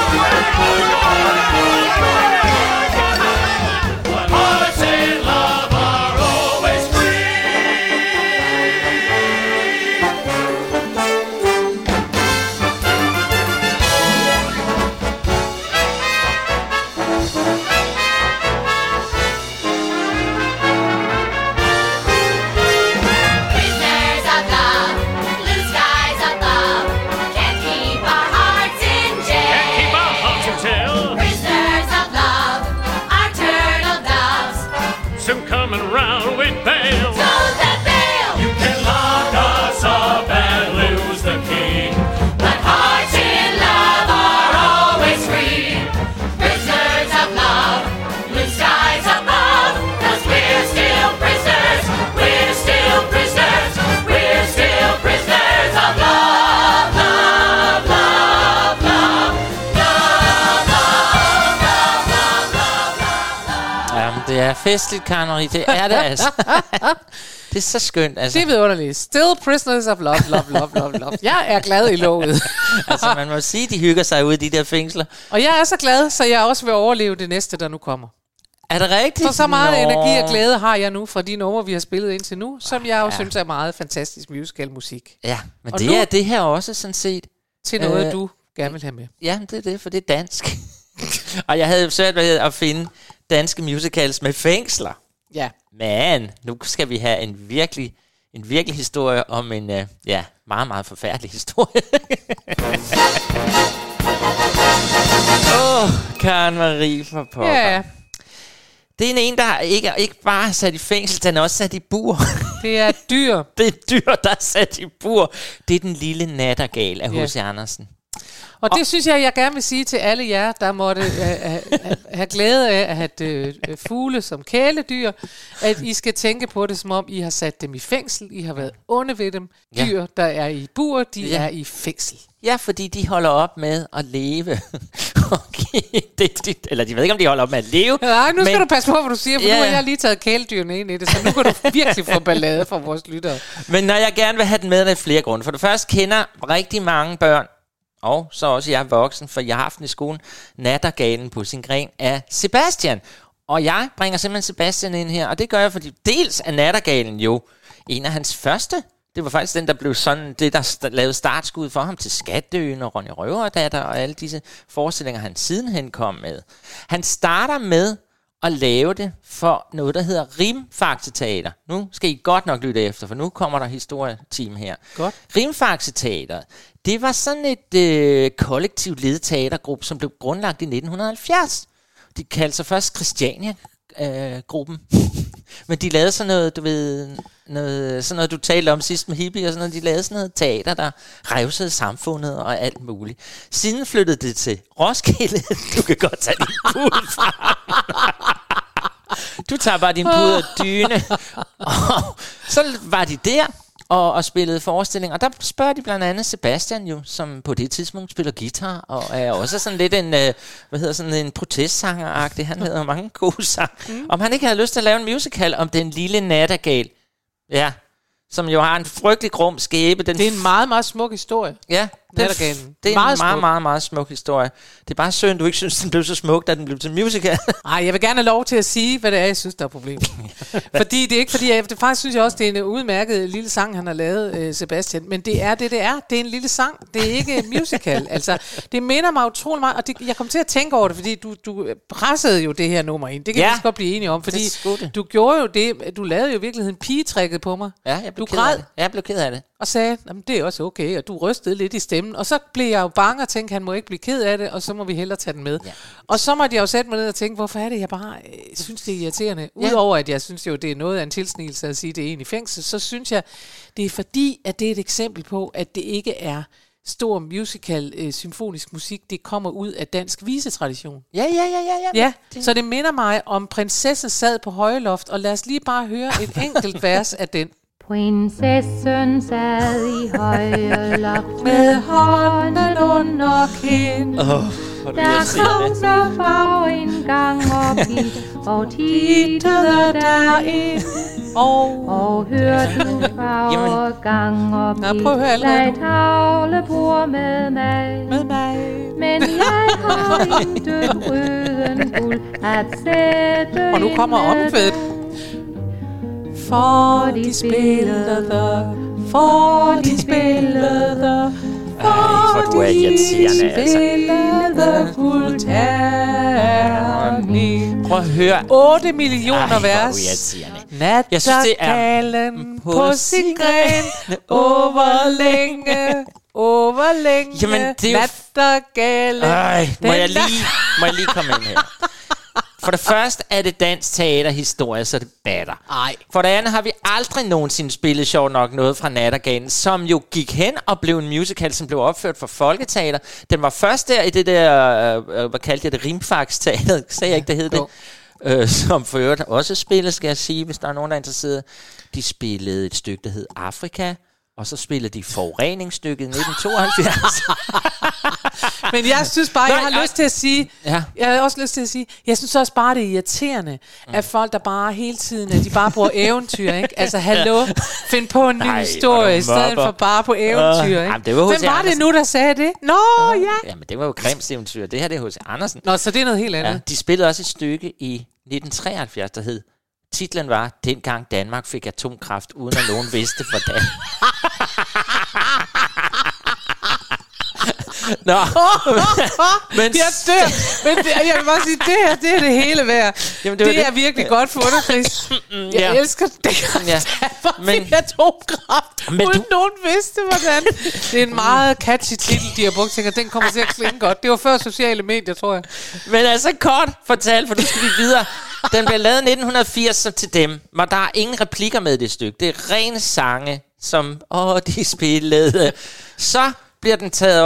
But hearts in love are always free. Prisoners of love, blue skies above, can't keep our hearts in jail. Can't keep our hearts in jail. Prisoners of love, our turtle doves, Soon coming round with bells. told the veil. You can lock us up and lose the key, But hearts in love are always free. Prisoners of love, blue skies above, 'cause we're still prisoners, we're still prisoners, we're still prisoners of love, love, love, love, love, love, love, love, love, love. Jamen, det er festligt, Karen Marie. Det er det altså. Det er så skønt. Altså. Det er vidunderligt. Still Prisoners of Love, love, love, love, love. Jeg er glad i låget. Altså, man må sige, de hygger sig ude i de der fængsler. Og jeg er så glad, så jeg også vil overleve det næste, der nu kommer. Er det rigtigt? For så meget Nå. energi og glæde har jeg nu fra de numre, vi har spillet indtil nu, som jeg jo Ja. synes er meget fantastisk musical musik. Ja, men Og det nu- er det her også sådan set. Til noget, Øh, du gerne vil have med. Ja, det er det, for det er dansk. Og jeg havde svært ved at finde danske musicals med fængsler. Ja. Men nu skal vi have en virkelig, en virkelig historie om en uh, ja, meget, meget forfærdelig historie. Åh, oh, Karen Marie for pokker. Ja. Det er en, en der ikke, ikke bare er sat i fængsel, den er også sat i bur. Det er dyr. Det er dyr, der er sat i bur. Det er Den lille nattergal af Ja. H C Andersen. Og det og synes jeg, jeg gerne vil sige til alle jer, der måtte uh, have, have glæde af at have uh, fugle som kæledyr, at I skal tænke på det, som om I har sat dem i fængsel. I har været onde ved dem. Dyr, ja. der er i bur, de ja. er i fængsel. Ja, fordi de holder op med at leve. Okay, det, det, eller de ved ikke, om de holder op med at leve. Nej, nu skal men, du passe på, hvad du siger, for ja. nu har jeg lige taget kæledyrene ind i det, så nu kan du virkelig få ballade fra vores lyttere. Men når jeg gerne vil have den med, der er flere grunde. For det første kender rigtig mange børn, og så også jeg er voksen, for jeg har haft den i skolen, Nattergalen på sin gren af Sebastian. Og jeg bringer simpelthen Sebastian ind her, og det gør jeg, fordi dels er Nattergalen jo en af hans første. Det var faktisk den, der blev sådan, det der lavede startskud for ham til Skatteøen og Ronja Røverdatter og alle disse forestillinger, han sidenhen kom med. Han starter med at lave det for noget, der hedder Rimfaxe-teater. Nu skal I godt nok lytte efter, for nu kommer der historieteam her. Godt. Rimfaxe-teater, det var sådan et øh, kollektivt ledet teatergruppe, som blev grundlagt i nitten halvfjerds. De kaldte sig først Christiania-gruppen. Øh, Men de lavede sådan noget, du ved, noget, sådan noget, du talte om sidst med hippie og sådan noget. De lavede sådan noget teater, der revsede samfundet og alt muligt. Siden flyttede det til Roskilde. Du kan godt tage din pude fra. Du tager bare din pude og dyne. Og så var de der og, og spillede forestillinger. Og der spørger de blandt andet Sebastian jo, som på det tidspunkt spiller guitar, og er også sådan lidt en, øh, hvad hedder sådan en protestsanger-agtig. Han hedder mange gode sang. Mm. Om han ikke havde lyst til at lave en musical om Den Lille Nattergal. Ja, som jo har en frygtelig grum skæbe. Den det er en meget, meget smuk historie. Ja, Nattergalen. Det er meget en meget, meget, meget, meget smuk historie. Det er bare synd, du ikke synes, den blev så smuk, da den blev til musical. Nej, jeg vil gerne have lov til at sige, hvad det er, jeg synes, der er problemet. Fordi det er ikke, fordi jeg det faktisk synes jeg også, det er en udmærket lille sang, han har lavet, øh, Sebastian. Men det er det, det er. Det er en lille sang. Det er ikke musical. Altså, det minder mig utrolig meget, og det, jeg kom til at tænke over det, fordi du, du pressede jo det her nummer ind. Det kan ja. vi godt blive enige om, fordi du gjorde jo det, du lavede jo i virkeligheden pigetrækket på mig. Ja, jeg blev du ked af det. Jeg blev ked af det. Og sagde, det er også okay, og du rystede lidt i stemmen. Og så blev jeg jo bange og tænkte, han må ikke blive ked af det, og så må vi hellere tage den med. Ja. Og så måtte jeg jo sætte mig ned og tænke, hvorfor er det, jeg bare øh, synes, det er irriterende. Ja. Udover at jeg synes jo, det er noget af en tilsnigelse at sige, det er en i fængsel, så synes jeg, det er fordi, at det er et eksempel på, at det ikke er stor musical, øh, symfonisk musik, det kommer ud af dansk visetradition. Ja, ja, ja, ja. Ja, det. Så det minder mig om Prinsessen sad på højloft, og lad os lige bare høre et enkelt vers af den. Prinsessen sad i højloft med hånden under kind. Oh, der kom der farv en gang op i, og tittede derind. Og, og hørte du farve gang op i, leg tavlebord med mig. med mig. Men jeg har intet røden guld at sætte. Og nu kommer omkvædet. For de spillede, for de spillede, for de spillede guldterning. Prøv at høre. otte millioner vers. Nattergalen på sin gren, over længe, over længe. Jamen, det er Nattergalen. Ej, må jeg lige, må jeg lige komme ind her? For det første er det dansk teaterhistorie, så det batter. Ej. For det andet har vi aldrig nogensinde spillet sjovt nok noget fra Nattergalen, som jo gik hen og blev en musical, som blev opført for Folketeater. Den var først der i det der, øh, hvad kaldte jeg det, Rimfaxe-teater, sagde jeg ikke, det hed det? Øh, som for øvrigt også spillede, skal jeg sige, hvis der er nogen, der er interesseret. De spillede et stykke, der hed Afrika, og så spillede de Forureningsstykket i nitten tooghalvfjerds. Men jeg synes bare, jeg har Nå, lyst til at sige, ja. jeg har også lyst til at sige, jeg synes også bare, det er irriterende, mm. at folk, der bare hele tiden, at de bare bruger eventyr, ikke? Altså, hallo, find på en ny Nej, historie, i stedet for bare på eventyr, ikke? Jamen, det var Hvem var det nu, der sagde det? Nå, uh, ja. Jamen, det var jo Grimms eventyr. Det her, det er H C Andersen. Nå, så det er noget helt andet. Ja, de spillede også et stykke i nitten treoghalvfjerds, der hed, titlen var, dengang Danmark fik atomkraft, uden at nogen vidste, hvordan. Nå. Men jeg dør. Men det, jeg vil bare sige, det her, det er det hele værd. Jamen, det, det, det er virkelig godt for dig, Chris. Jeg ja. elsker det. Ja. Men atomkraft, men uden du... nogen vidste, hvordan. Det er en meget catchy titel, de har brugt. Tænker, den kommer til at klinge godt. Det var før sociale medier, tror jeg. Men altså kort fortalt, for nu skal vi videre. Den blev lavet i nitten firs, så til dem var der ingen replikker med det stykke. Det er rene sange, som, åh, de spillede. Så bliver den taget op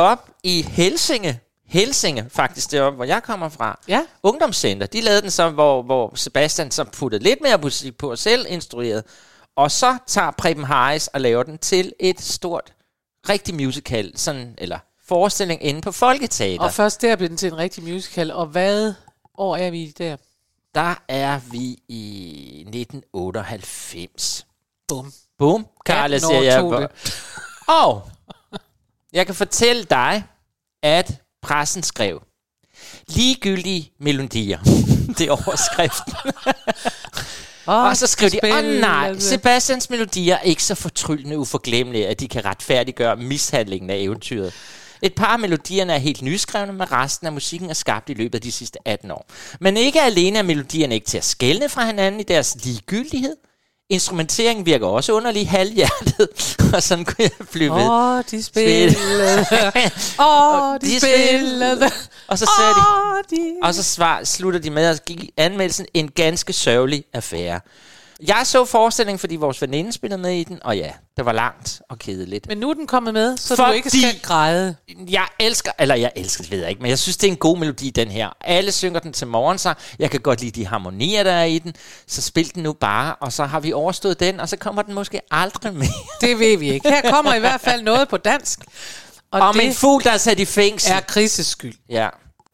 i Helsinge, Helsinge faktisk, det er hvor jeg kommer fra, ja. Ungdomscenter, de lavede den så, hvor, hvor Sebastian så puttede lidt mere musik på og selv instruerede. Og så tager Preben Harris og laver den til et stort, rigtig musical, sådan, eller forestilling inde på Folketeater. Og først der blev den til en rigtig musical, og hvad år er vi der? Der er vi i nitten otteoghalvfems. Bum. Bum, Karla, siger jeg. Og jeg kan fortælle dig, at pressen skrev ligegyldige melodier. Det er overskriften. Oh, og så skrev de, åh oh, nej, Sebastians melodier er ikke så fortryllende uforglemmelige, at de kan retfærdiggøre mishandlingen af eventyret. Et par af melodierne er helt nyskrevne, men resten af musikken er skabt i løbet af de sidste atten år. Men ikke alene er melodierne ikke til at skelne fra hinanden i deres ligegyldighed. Instrumenteringen virker også underlig halvhjertet, og sådan kunne jeg blive ved. Åh, oh, de spillede. Åh, oh, de, de spillede. Og så sagde oh, de, de, og så svar, slutter de med at give anmeldelsen en ganske sørgelig affære. Jeg så forestillingen, fordi vores veninde spillede med i den, og ja, det var langt og kedeligt. Men nu er den kommet med, så fordi du ikke skal græde. Jeg elsker, eller jeg elsker, det ved jeg ikke, men jeg synes, det er en god melodi, den her. Alle synger den til morgensang. Jeg kan godt lide de harmonier, der er i den. Så spil den nu bare, og så har vi overstået den, og så kommer den måske aldrig mere. Det ved vi ikke. Her kommer i hvert fald noget på dansk. Og Om en fugl, der er sat i fængsel. Er Krises skyld. Ja.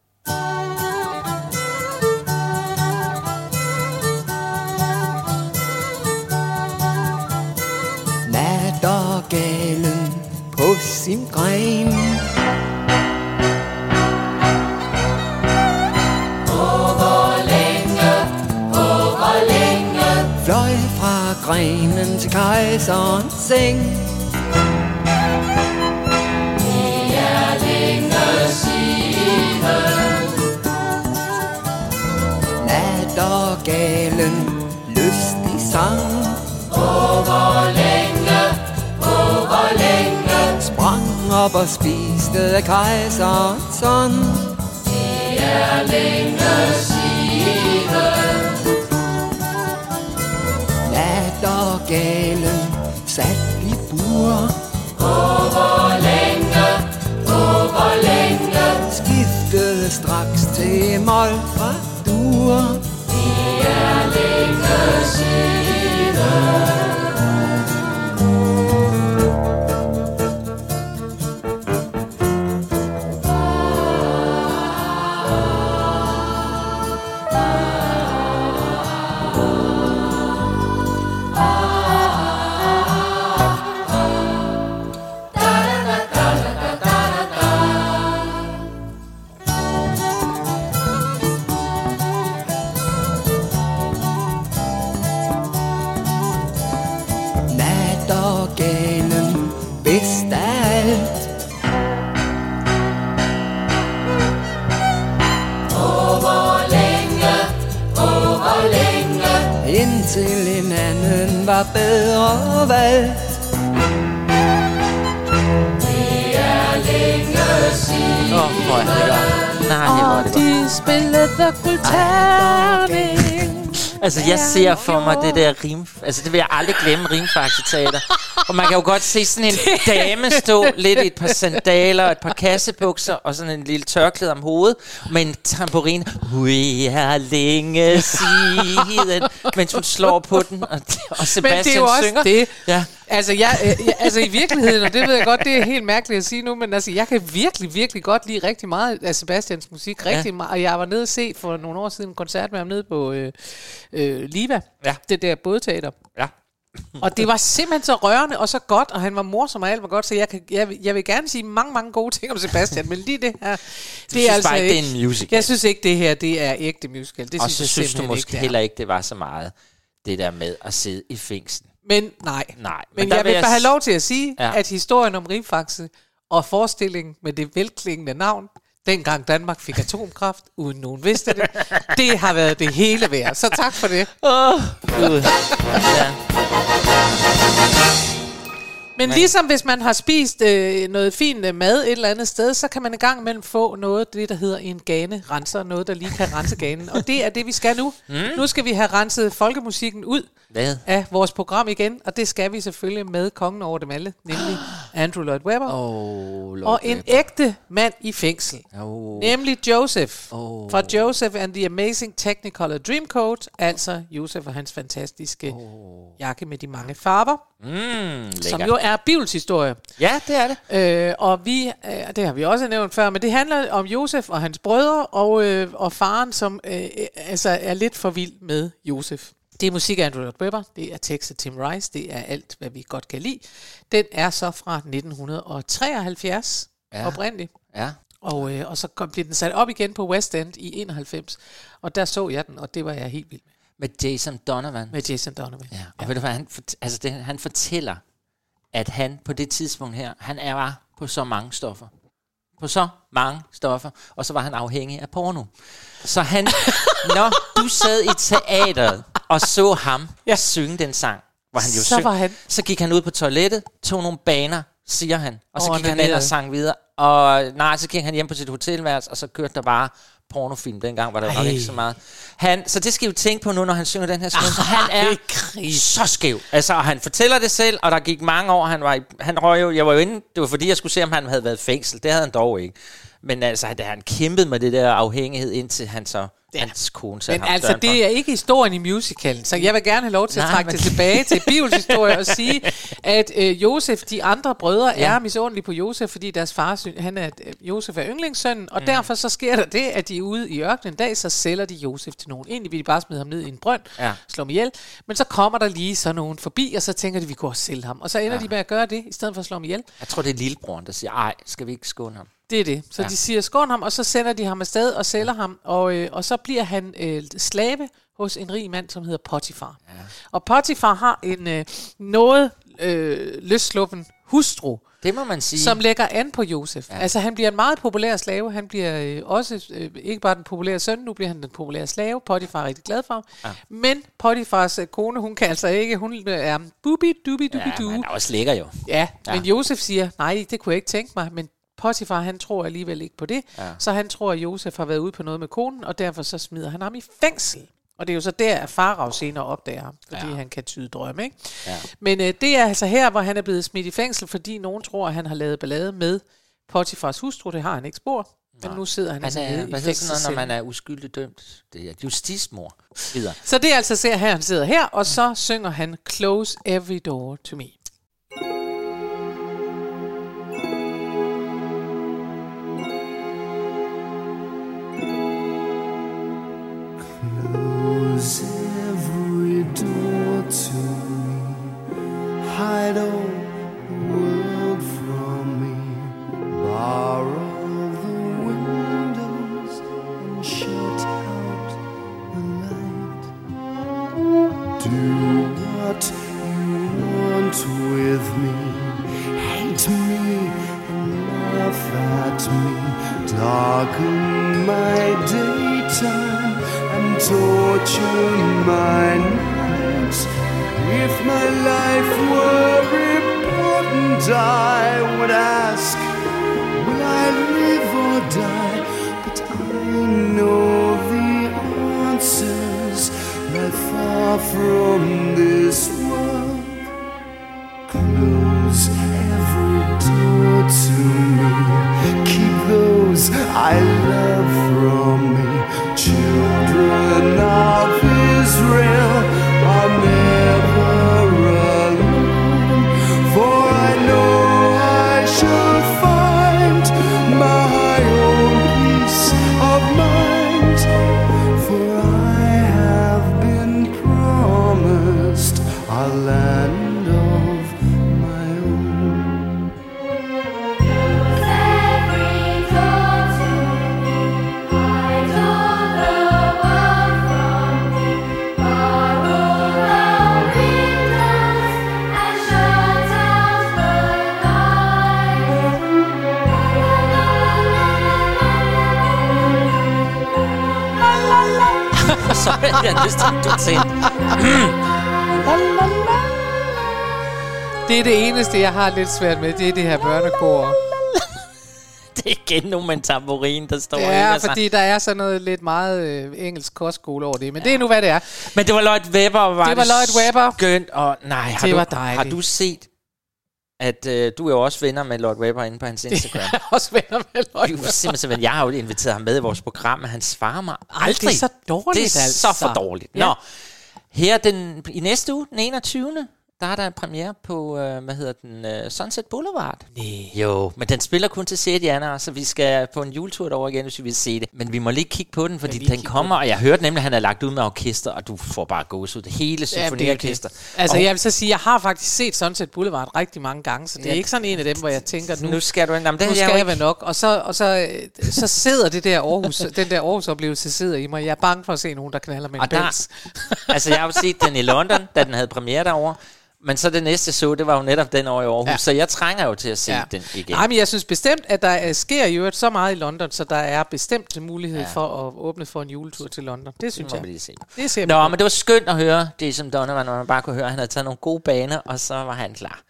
Nattergalen på sin gren. Hvor, hvor længe, hvor, hvor længe fløj fra grenen til kejserens seng. Det er længe siden. Nattergalen lystig sang. Hvor, hvor længe, hvor, hvor længe sprang op og spiste af kejserens søn. Det er længe siden. Nattergalen sat i bur. Hvor, hvor længe, hvor, hvor længe skiftede straks til mol fra dur. Det er længe siden. Indtil en anden var bedre valgt. Det er længe siden. Åh, hvor er det godt. Nej, hvor er det godt. Og de spillede guldterning. Altså, jeg ser for mig det der rim... Altså, det vil jeg aldrig glemme, Rimfaxe-teater. Og man kan jo godt se sådan en dame stå lidt i et par sandaler og et par kassebukser og sådan en lille tørklæde om hovedet med en tamburin. Vi er længe siden, mens hun slår på den, og, og Sebastian men det er jo også synger. Det. Ja. Altså, jeg, øh, jeg, altså i virkeligheden, og det ved jeg godt, det er helt mærkeligt at sige nu, men altså, jeg kan virkelig, virkelig godt lide rigtig meget af Sebastians musik. Rigtig ja. meget. Og jeg var nede og se for nogle år siden en koncert med ham nede på øh, øh, Liva. Ja. Det der bådteater. Ja. Og det var simpelthen så rørende og så godt, og han var morsom og alt var godt, så jeg, kan, jeg, jeg vil gerne sige mange, mange gode ting om Sebastian, men lige det her, det synes er altså bare ikke, ikke, det er en musical. Jeg synes ikke, det her, det er ægte musical. Det og synes så jeg synes du måske ikke, heller ikke, det var så meget, det der med at sidde i fængsel. Men nej, nej men, men jeg vil bare have lov til at sige, ja. at historien om Rimfaxe og forestillingen med det velklingende navn, dengang Danmark fik atomkraft, uden nogen vidste det, det har været det hele værd. Så tak for det. Åh, oh, Gud. Ja. Men man... ligesom hvis man har spist øh, noget fint øh, mad et eller andet sted, så kan man en gang imellem få noget, det der hedder en gane-renser, noget der lige kan rense ganen. Og det er det, vi skal nu. Mm. Nu skal vi have renset folkemusikken ud Hvad? af vores program igen, og det skal vi selvfølgelig med kongen over dem alle, nemlig Andrew Lloyd Webber. Oh, Lloyd og en Webber. ægte mand i fængsel, oh. nemlig Joseph, oh. fra Joseph and the Amazing Technicolor Dreamcoat, altså Joseph og hans fantastiske oh. jakke med de mange farver, mm, som jo er Bibels historie. Ja, det er det. Øh, og vi, øh, det har vi også nævnt før, men det handler om Joseph og hans brødre, og, øh, og faren, som øh, altså er lidt for vild med Joseph. Det er musik af Andrew Lloyd Webber, det er tekst af Tim Rice, det er alt, hvad vi godt kan lide. Den er så fra nitten treoghalvfjerds ja. oprindeligt. Ja. Og, øh, og så kom, blev den sat op igen på West End i enoghalvfems, og der så jeg den, og det var jeg helt vild med. Med Jason Donovan. Med Jason Donovan. Ja. Og ja. ved du hvad, han, altså det, han fortæller, at han på det tidspunkt her, han er var på så mange stoffer. På så mange stoffer, og så var han afhængig af porno. Så han, når du sad i teateret og så ham ja. synge den sang, hvor han jo så, syng, var han... så gik han ud på toilettet, tog nogle baner, siger han, og så oh, gik han ind og sang videre. Og nej, så gik han hjem på sit hotelværelse, og så kørte der bare pornofilm. Dengang var der nok ikke så meget. Han, så det skal I jo tænke på nu, når han synger den her sang. Så han er så skæv. Altså, og han fortæller det selv, og der gik mange år, han var i, han røg jo, jeg var jo inde, det var fordi, jeg skulle se, om han havde været i fængsel. Det havde han dog ikke. Men altså, da han kæmpede med det der afhængighed, indtil han så, ja. hans kone satte Men ham altså, det er ikke historien i musicalen, så jeg vil gerne have lov til at Nej, trække men... det tilbage til Bibels historie og sige, at øh, Josef, de andre brødre, ja. er misundelige på Josef, fordi deres far, han er, Josef er yndlingssønnen, og mm. derfor så sker der det, at de er ude i ørkenen en dag, så sælger de Josef til nogen. Egentlig vil de bare smide ham ned i en brønd, ja. slå ham ihjel, men så kommer der lige så nogen forbi, og så tænker de, vi går og sælge ham. Og så ender ja. de med at gøre det, i stedet for at slå ham ihjel. Jeg tror, det er lillebroren, der siger, ej, skal vi ikke skåne ham? Det er det. Så ja. de siger, skån ham, og så sender de ham afsted og sælger ja. ham, og, øh, og så bliver han øh, slave hos en rig mand, som hedder Potifar. Ja. Og Potifar har en øh, noget øh, løssluppen hustru, det må man sige, som lægger an på Josef. Ja. Altså han bliver en meget populær slave. Han bliver øh, også øh, ikke bare den populære søn, nu bliver han den populære slave. Potifar er rigtig glad for ham. Ja. Men Potifars øh, kone, hun kan altså ikke. Hun er bubi dubi dubi du. Ja, han er også lækker jo. Ja, ja, men Josef siger, nej, det kunne jeg ikke tænke mig, men Potifar, han tror alligevel ikke på det, ja. så han tror, at Josef har været ude på noget med konen, og derfor så smider han ham i fængsel. Og det er jo så der, at Farao senere opdager ham, fordi ja. han kan tyde drømme, ikke? Ja. Men øh, det er altså her, hvor han er blevet smidt i fængsel, fordi nogen tror, at han har lavet ballade med Potifars hustru. Det har han ikke spor. Men nu sidder han altså, nede i fængsel. Hvad når man er uskyldigt dømt? Det er justismor. Videre. Så det er altså ser her, han sidder her, og så synger han Close Every Door to Me. Close every door to me, hide all the world from me, borrow the windows and shut out the light. Do what you want with me, hate me and laugh at me, darken my daytime and torture my nights. If my life were important, I would ask, will I live or die? But I know the answers lie far from this world. Close every door to me, keep those I love from me. Children of Israel are never alone, for I know I shall find my own peace of mind, for I have been promised a land of my own. Every door to me, I don't Sorry, jeg har lyst til at du Det er det eneste, jeg har lidt svært med, det er det her børnekor. Det er igen nu med en tamburin, der står ja, i. fordi der er sådan noget lidt meget øh, engelsk kostskole over det. Men ja. Det er nu, hvad det er. Men det var Lloyd Webber, var det var Lloyd Webber. Skønt, og nej, har det du, var dejligt. Har du set, at øh, du er jo også venner med Lloyd Webber inde på hans Instagram? Jeg er også venner med Lloyd Webber. Simpelthen, jeg har jo inviteret ham med i vores program, men han svarer mig aldrig. Det er så dårligt, Det er altså. så for dårligt. Ja. Nå, her den, i næste uge, den enogtyvende der er der en premiere på, øh, hvad hedder den, uh, Sunset Boulevard. Nej. Jo, men den spiller kun til sjette januar, så vi skal på en juletur derover igen, hvis vi vil se det. Men vi må lige kigge på den, fordi den kommer, og jeg hørte nemlig, at han er lagt ud med orkester, og du får bare gåsehud. Det hele symfoniorkester. Ja, altså, og jeg vil så sige, jeg har faktisk set Sunset Boulevard rigtig mange gange, så det er ja. ikke sådan en af dem, hvor jeg tænker, nu, nu skal du jamen, det nu skal jeg, jeg jeg nok. Og så, og så, så sidder det der Aarhus, den der Aarhus-oplevelse sidder i mig. Jeg er bange for at se nogen, der knaller med en pels. Altså, jeg har jo set den i London, da den havde premiere derovre. Men så det næste så, det var jo netop den over i Aarhus, ja. Så jeg trænger jo til at se ja. den igen. Nej, men jeg synes bestemt, at der sker jo et så meget i London, så der er bestemt mulighed ja. for at åbne for en juletur til London. Det synes det jeg. Lige se. Det ser Nå, men det var skønt at høre Jason Donovan, når man bare kunne høre, at han havde taget nogle gode baner, og så var han klar.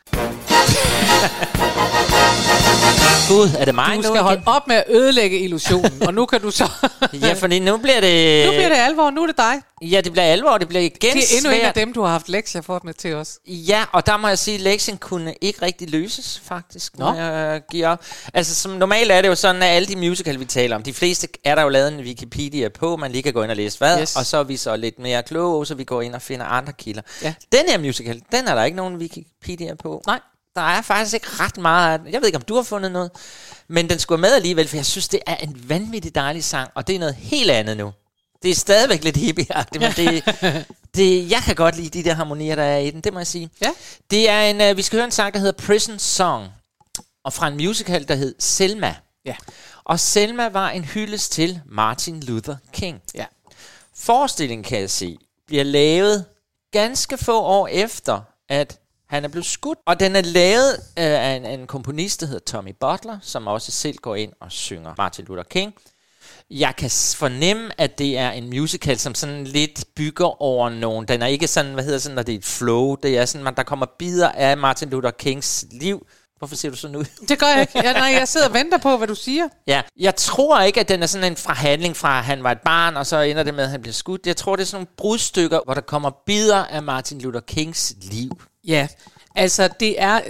Gud, er det mig du nu? Du skal holde op med at ødelægge illusionen, og nu kan du så... ja, fordi nu bliver det... Nu bliver det alvor, nu er det dig. Ja, det bliver alvor, det bliver igen Det er endnu svært. en af dem, du har haft lektier for med til os. Ja, og der må jeg sige, at lektien kunne ikke rigtig løses, faktisk. Nå. Jeg giver altså, som normalt er det jo sådan, at alle de musical, vi taler om, de fleste er der jo lavet en Wikipedia på, man lige kan gå ind og læse hvad, yes. og så er vi så lidt mere kloge, så vi går ind og finder andre kilder. Ja. Den her musical, den er der ikke nogen Wikipedia på. Nej. Der er faktisk ikke ret meget af den. Jeg ved ikke, om du har fundet noget. Men den skulle med alligevel, for jeg synes, det er en vanvittig dejlig sang. Og det er noget helt andet nu. Det er stadigvæk lidt hippieagtigt, men det, det, jeg kan godt lide de der harmonier, der er i den. Det må jeg sige. Ja. Det er en, uh, vi skal høre en sang, der hedder Prison Song. Og fra en musical, der hed Selma. Ja. Og Selma var en hyldest til Martin Luther King. Ja. Forestillingen, kan jeg se, bliver lavet ganske få år efter, at han er blevet skudt, og den er lavet øh, af en, en komponist, der hedder Tommy Butler, som også selv går ind og synger Martin Luther King. Jeg kan fornemme, at det er en musical, som sådan lidt bygger over nogen. Den er ikke sådan, hvad hedder sådan, når det er et flow. Det er sådan, man, der kommer bidder af Martin Luther Kings liv. Hvorfor ser du sådan ud? Det gør jeg ikke. Jeg, nej, jeg sidder og venter på, hvad du siger. Ja, jeg tror ikke, at den er sådan en forhandling fra, at han var et barn, og så ender det med, at han bliver skudt. Jeg tror, det er sådan nogle brudstykker, hvor der kommer bidder af Martin Luther Kings liv. Ja, altså det er...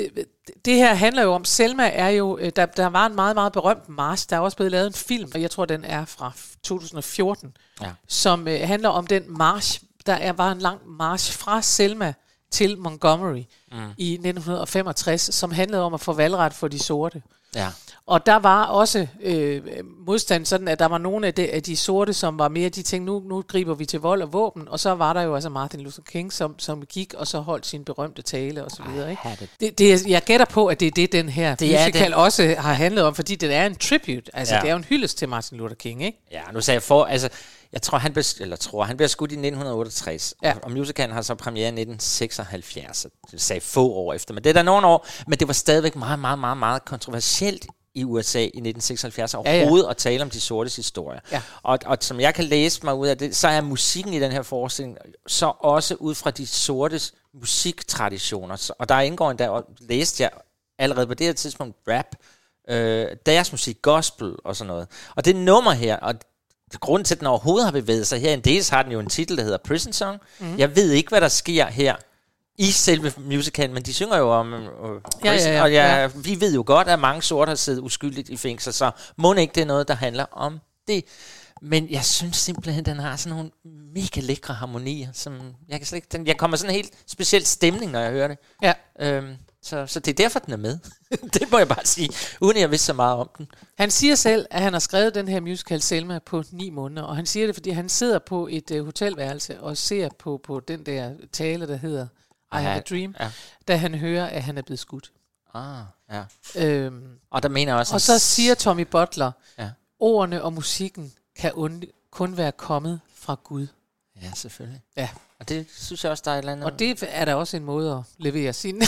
Det her handler jo om, Selma er jo, der, der var en meget, meget berømt march, der er også blevet lavet en film, og jeg tror, den er fra to tusind og fjorten, ja. som øh, handler om den march, der er, var en lang march fra Selma til Montgomery mm. i nitten femogtres, som handlede om at få valgret for de sorte. Ja. Og der var også øh, modstand sådan, at der var nogle af de, af de sorte, som var mere, de tænkte, nu, nu griber vi til vold og våben, og så var der jo altså Martin Luther King, som, som gik og så holdt sin berømte tale og så videre. Ikke? Det. Det, det, jeg gætter på, at det er det, den her det musical også har handlet om, fordi den er en tribute, altså ja. det er jo en hyldest til Martin Luther King, ikke? Ja, nu sagde jeg for, altså, jeg tror, han blev, eller tror, han blev skudt i nitten otteogtres, ja. og musicalen har så premiere i nitten seksoghalvfjerds, det sagde få år efter, men det er der nogle år, men det var stadigvæk meget, meget, meget, meget kontroversielt i U S A i nitten seksoghalvfjerds overhovedet ja, ja. at tale om de sortes historie. Ja. Og, og som jeg kan læse mig ud af det, så er musikken i den her forestilling så også ud fra de sortes musiktraditioner. Og der indgår endda, og læste jeg allerede på det her tidspunkt, rap, øh, deres musik, gospel og sådan noget. Og det nummer her, og grunden til, at den overhovedet har bevæget sig her, en dels har den jo en titel, der hedder Prison Song. Mm. Jeg ved ikke, hvad der sker her i selve musicalen, men de synger jo om øh, ja, ja, ja, og ja, ja. vi ved jo godt, at mange sorte har siddet uskyldigt i fængsel, så må ikke det er noget, der handler om det. Men jeg synes simpelthen, den har sådan nogle mega lækre harmonier, som jeg kan slet ikke, den, jeg kommer sådan en helt speciel stemning, når jeg hører det. Ja. Øhm, så, så det er derfor, den er med. Det må jeg bare sige, uden at jeg vidste så meget om den. Han siger selv, at han har skrevet den her musical Selma på ni måneder, og han siger det, fordi han sidder på et uh, hotelværelse og ser på, på den der tale, der hedder I Have a Dream, ja. da han hører, at han er blevet skudt. Ah, ja. Øhm, og der mener også... Og så siger Tommy Butler, ja. ordene og musikken kan und- kun være kommet fra Gud. Ja, selvfølgelig. Ja. Og det synes jeg også, der er et eller andet... Og det er der også en måde at levere sin,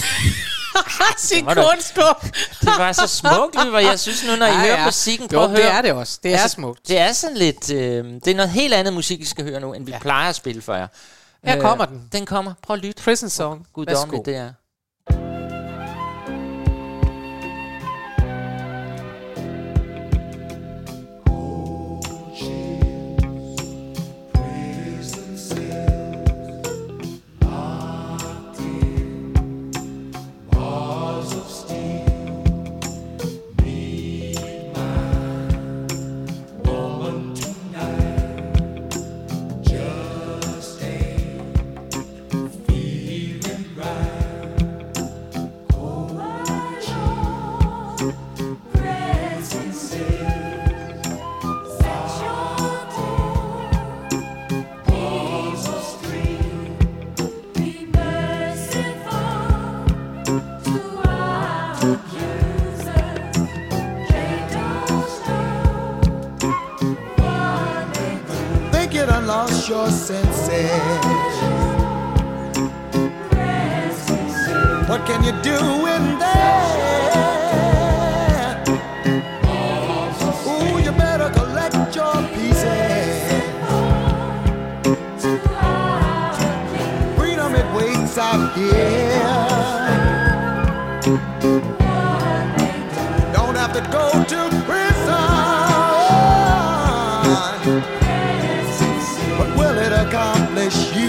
sin det kunst på. Det var så smukt, Lyver. Jeg synes nu, når I ja, hører ja. musikken, prøv jo, at høre... det er det også. Det altså, er smukt. Det er sådan lidt... Øh, det er noget helt andet musik, I skal høre nu, end vi ja. plejer at spille for jer. Her kommer den. Den kommer. Prøv at lytte. Prison Song. Guddommeligt, det er. lose your senses. What can you do in there? Ooh, you better collect your pieces. Freedom, it waits out here. Don't have to go to prison. What will it accomplish you?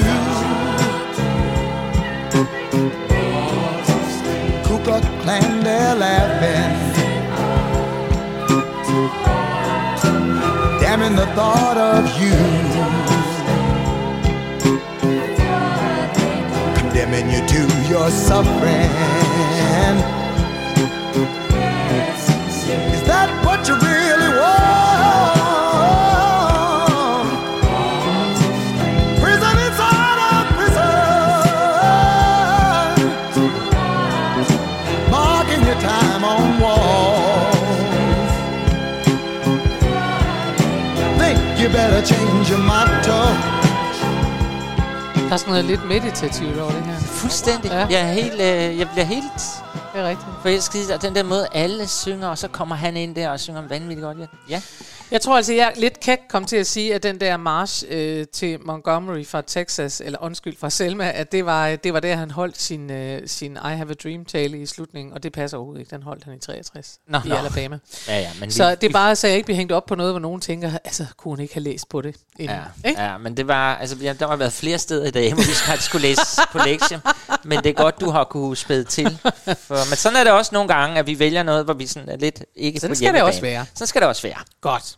Ku Klux Klan, they're laughing, damning the thought of you, condemning you to your suffering. Is that what you really want? Prison inside of prison, marking your time on walls. Think you better change your motto. Der er sådan noget lidt meditativt over det her. Fuldstændig. Ja. Jeg, er helt, øh, jeg bliver helt... Det er rigtigt. forelsket. Og den der måde, alle synger, og så kommer han ind der og synger vanvittigt godt. Ja. ja. Jeg tror altså, jeg lidt kæk kom til at sige, at den der march øh, til Montgomery fra Texas, eller undskyld, fra Selma, at det var, det var der, han holdt sin, øh, sin I Have a Dream-tale i slutningen, og det passer overhovedet ikke. Den holdt han i treogtres nå, i nå. Alabama. Ja, ja, men så vi, det er bare, så jeg ikke bliver hængt op på noget, hvor nogen tænker, altså, kunne hun ikke have læst på det inden? Ja, ja, men det var, altså, ja, der har været flere steder i dag, hvor vi skulle læse på lektier, men det er godt, du har kunne spæde til. For, men sådan er det også nogle gange, at vi vælger noget, hvor vi sådan er lidt ikke sådan på skal det også være. Sådan skal det også være. Godt.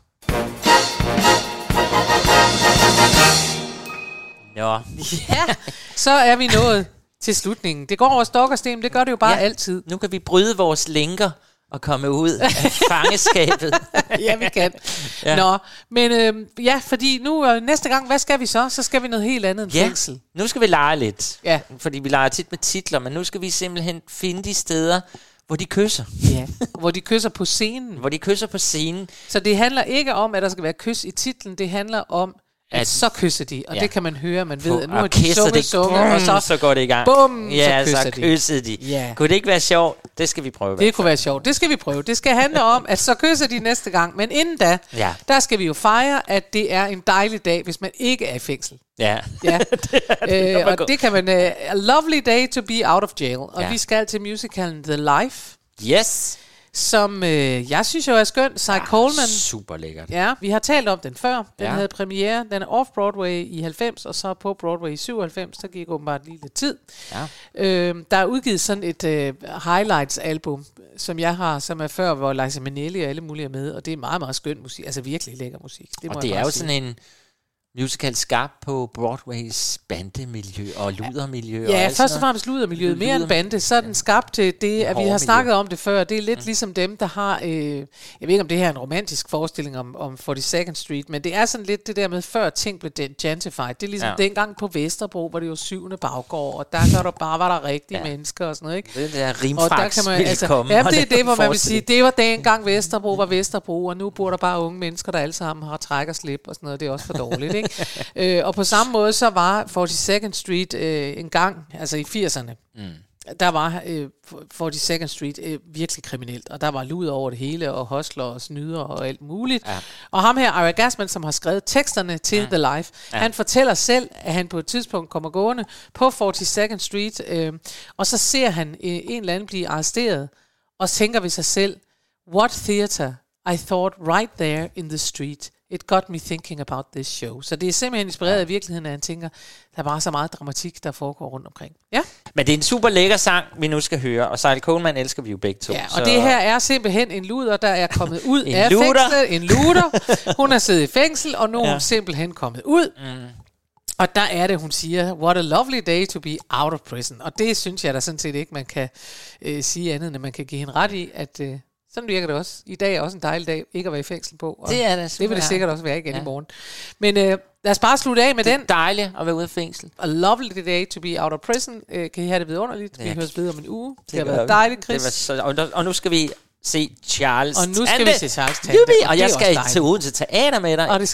Nå. Ja, så er vi nået til slutningen. Det går over stok og sten, det gør det jo bare ja, altid. Nu kan vi bryde vores lænker og komme ud af fangeskabet. Ja, vi kan. Ja. Nå, men øh, ja, fordi nu øh, næste gang, hvad skal vi så? Så skal vi noget helt andet end ja, fængsel. Nu skal vi lege lidt. Ja. Fordi vi leger tit med titler, men nu skal vi simpelthen finde de steder, hvor de kysser. Ja, hvor de kysser på scenen. Hvor de kysser på scenen. Så det handler ikke om, at der skal være kys i titlen. Det handler om, at, at så kysser de. Og ja. Det kan man høre, man ved, at nu har de sunget, sunget, og så, så går det i gang. Bum, ja, så så kysser de. de. Ja. Kunne det ikke være sjovt? Det skal vi prøve. Det kunne være sjovt. Det skal vi prøve. Det skal handle om, at så kysser de næste gang. Men inden da, ja. der skal vi jo fejre, at det er en dejlig dag, hvis man ikke er i fængsel. Ja. ja. det det, øh, og det kan man... Uh, a lovely day to be out of jail. Og ja. vi skal til musicalen The Life. Yes. Som øh, jeg synes jo er skøn. Cy ja, Coleman. Super lækkert. Ja, vi har talt om den før. Den ja. havde premiere. Den er off-Broadway i halvfems, og så på Broadway i syvoghalvfems. Der gik åbenbart lige lidt tid. Ja. Øh, der er udgivet sådan et øh, highlights-album, som jeg har, som er før, hvor Liza Minnelli og alle mulige er med. Og det er meget, meget skøn musik. Altså virkelig lækker musik. Det må og det jeg er jo sige. sådan en musical skabt på Broadways bandemiljø og ludermiljø. Ja, og først og fremmest ludermiljøet. Mere end bande, så er den skabt til det, at vi har snakket om det før. Det er lidt mm. ligesom dem, der har... Øh, jeg ved ikke, om det her er en romantisk forestilling om, om forty-second Street, men det er sådan lidt det der med, før ting blev gentrified. Det er ligesom ja. dengang på Vesterbro, hvor det jo syvende baggård, og der var der bare var der rigtige ja. mennesker og sådan noget, ikke? Det der rimfax altså, ja, det er det, hvor man vil sige, det var dengang Vesterbro var Vesterbro, og nu bor der bare unge mennesker, der alle sammen har træk og slip og sådan noget. Det er også for dårligt, ikke? øh, og på samme måde, så var forty-second Street øh, en gang, altså i firserne, mm. der var øh, forty-second Street øh, virkelig kriminelt, og der var luder over det hele, og hostler og snyder og alt muligt. Ja. Og ham her, Ira Gasman, som har skrevet teksterne til ja. The Life, ja. han fortæller selv, at han på et tidspunkt kommer gående på forty-second Street, øh, og så ser han øh, en eller anden blive arresteret, og tænker ved sig selv, what theater I thought right there in the street. It got me thinking about this show. Så det er simpelthen inspireret af virkeligheden, at han tænker, der er bare så meget dramatik, der foregår rundt omkring. Ja. Men det er en super lækker sang, vi nu skal høre, og Cy Coleman elsker vi jo begge to. Ja, og så det her er simpelthen en luder, der er kommet ud af fængslet. En luder. Hun har siddet i fængsel, og nu er ja. hun simpelthen kommet ud. Mm. Og der er det, hun siger, what a lovely day to be out of prison. Og det synes jeg da sådan set ikke, man kan øh, sige andet, end man kan give hende ret i, at... Øh, sådan virker det også. I dag er også en dejlig dag ikke at være i fængsel på. Og det er det. Det vil det sikkert også være igen ja. i morgen. Men øh, lad os bare slutte af med det den. Det er dejligt at være ude af fængsel. A lovely day to be out of prison. Øh, kan I have det vidunderligt? Vi høres videre om en uge. Det, det har været dejligt, Chris. Det var så, og nu skal vi se Charles Og nu skal Tante. vi se Charles Tante. Jubi, og, og jeg skal til Odense Teater med dig. Og det skal du.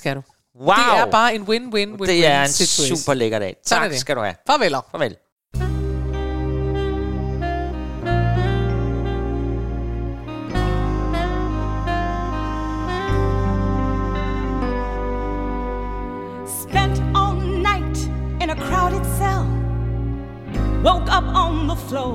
Wow. Det er bare en win-win-win-win Det er en situation. super lækker dag. Sådan er Tak det. skal du have. Farvel. Farvel. Spent all night in a crowded cell. Woke up on the floor.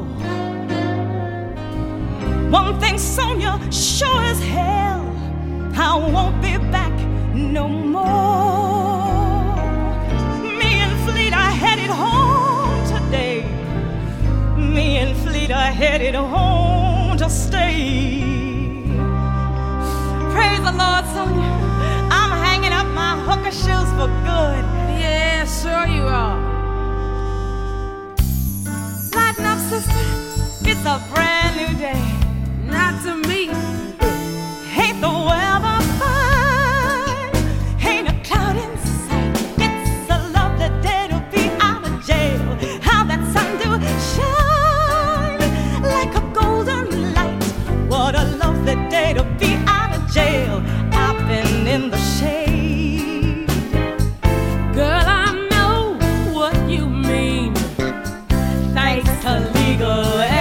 One thing, Sonia, sure as hell, I won't be back no more. Me and Fleet are headed home today. Me and Fleet are headed home to stay. Praise the Lord, Sonia. I'm hanging up my hooker shoes for good. Yeah, sure you are. Lighten up, sister. It's a brand new day. Not to me. Ain't the weather fine? Ain't a cloud in sight. It's a lovely day to be out of jail. How that sun do shine like a golden light. What a lovely day to be out of jail. I've been in the shade. Girl, I know what you mean. Thanks to legal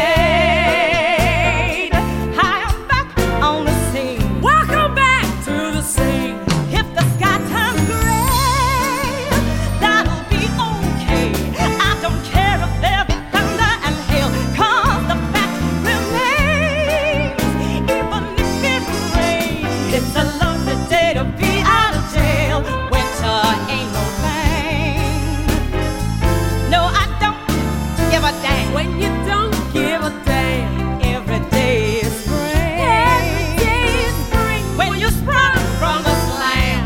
aid, I am back on the scene. Welcome back to the scene. If the sky turns gray, that'll be okay. I don't care if there be thunder and hail, 'cause the fact remains, even if it rains, it's a lovely day to be out of jail. Winter ain't no thing. No, I don't give a damn. When you don't give a damn. Every day is spring. Every day is spring. When you sprung from the slam.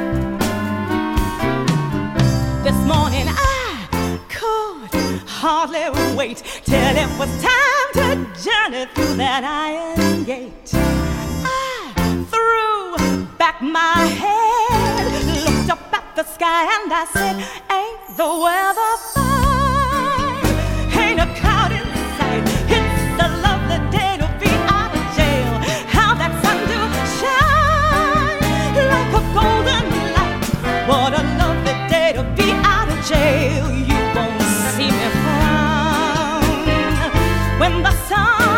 This morning I could hardly wait till it was time to journey through that iron gate. I threw back my head, looked up at the sky, and I said, ain't the weather fine? Ain't a cloud in sight. It's a lovely day to be out of jail. How that sun do shine like a golden light. What a lovely day to be out of jail. You won't see me frown when the sun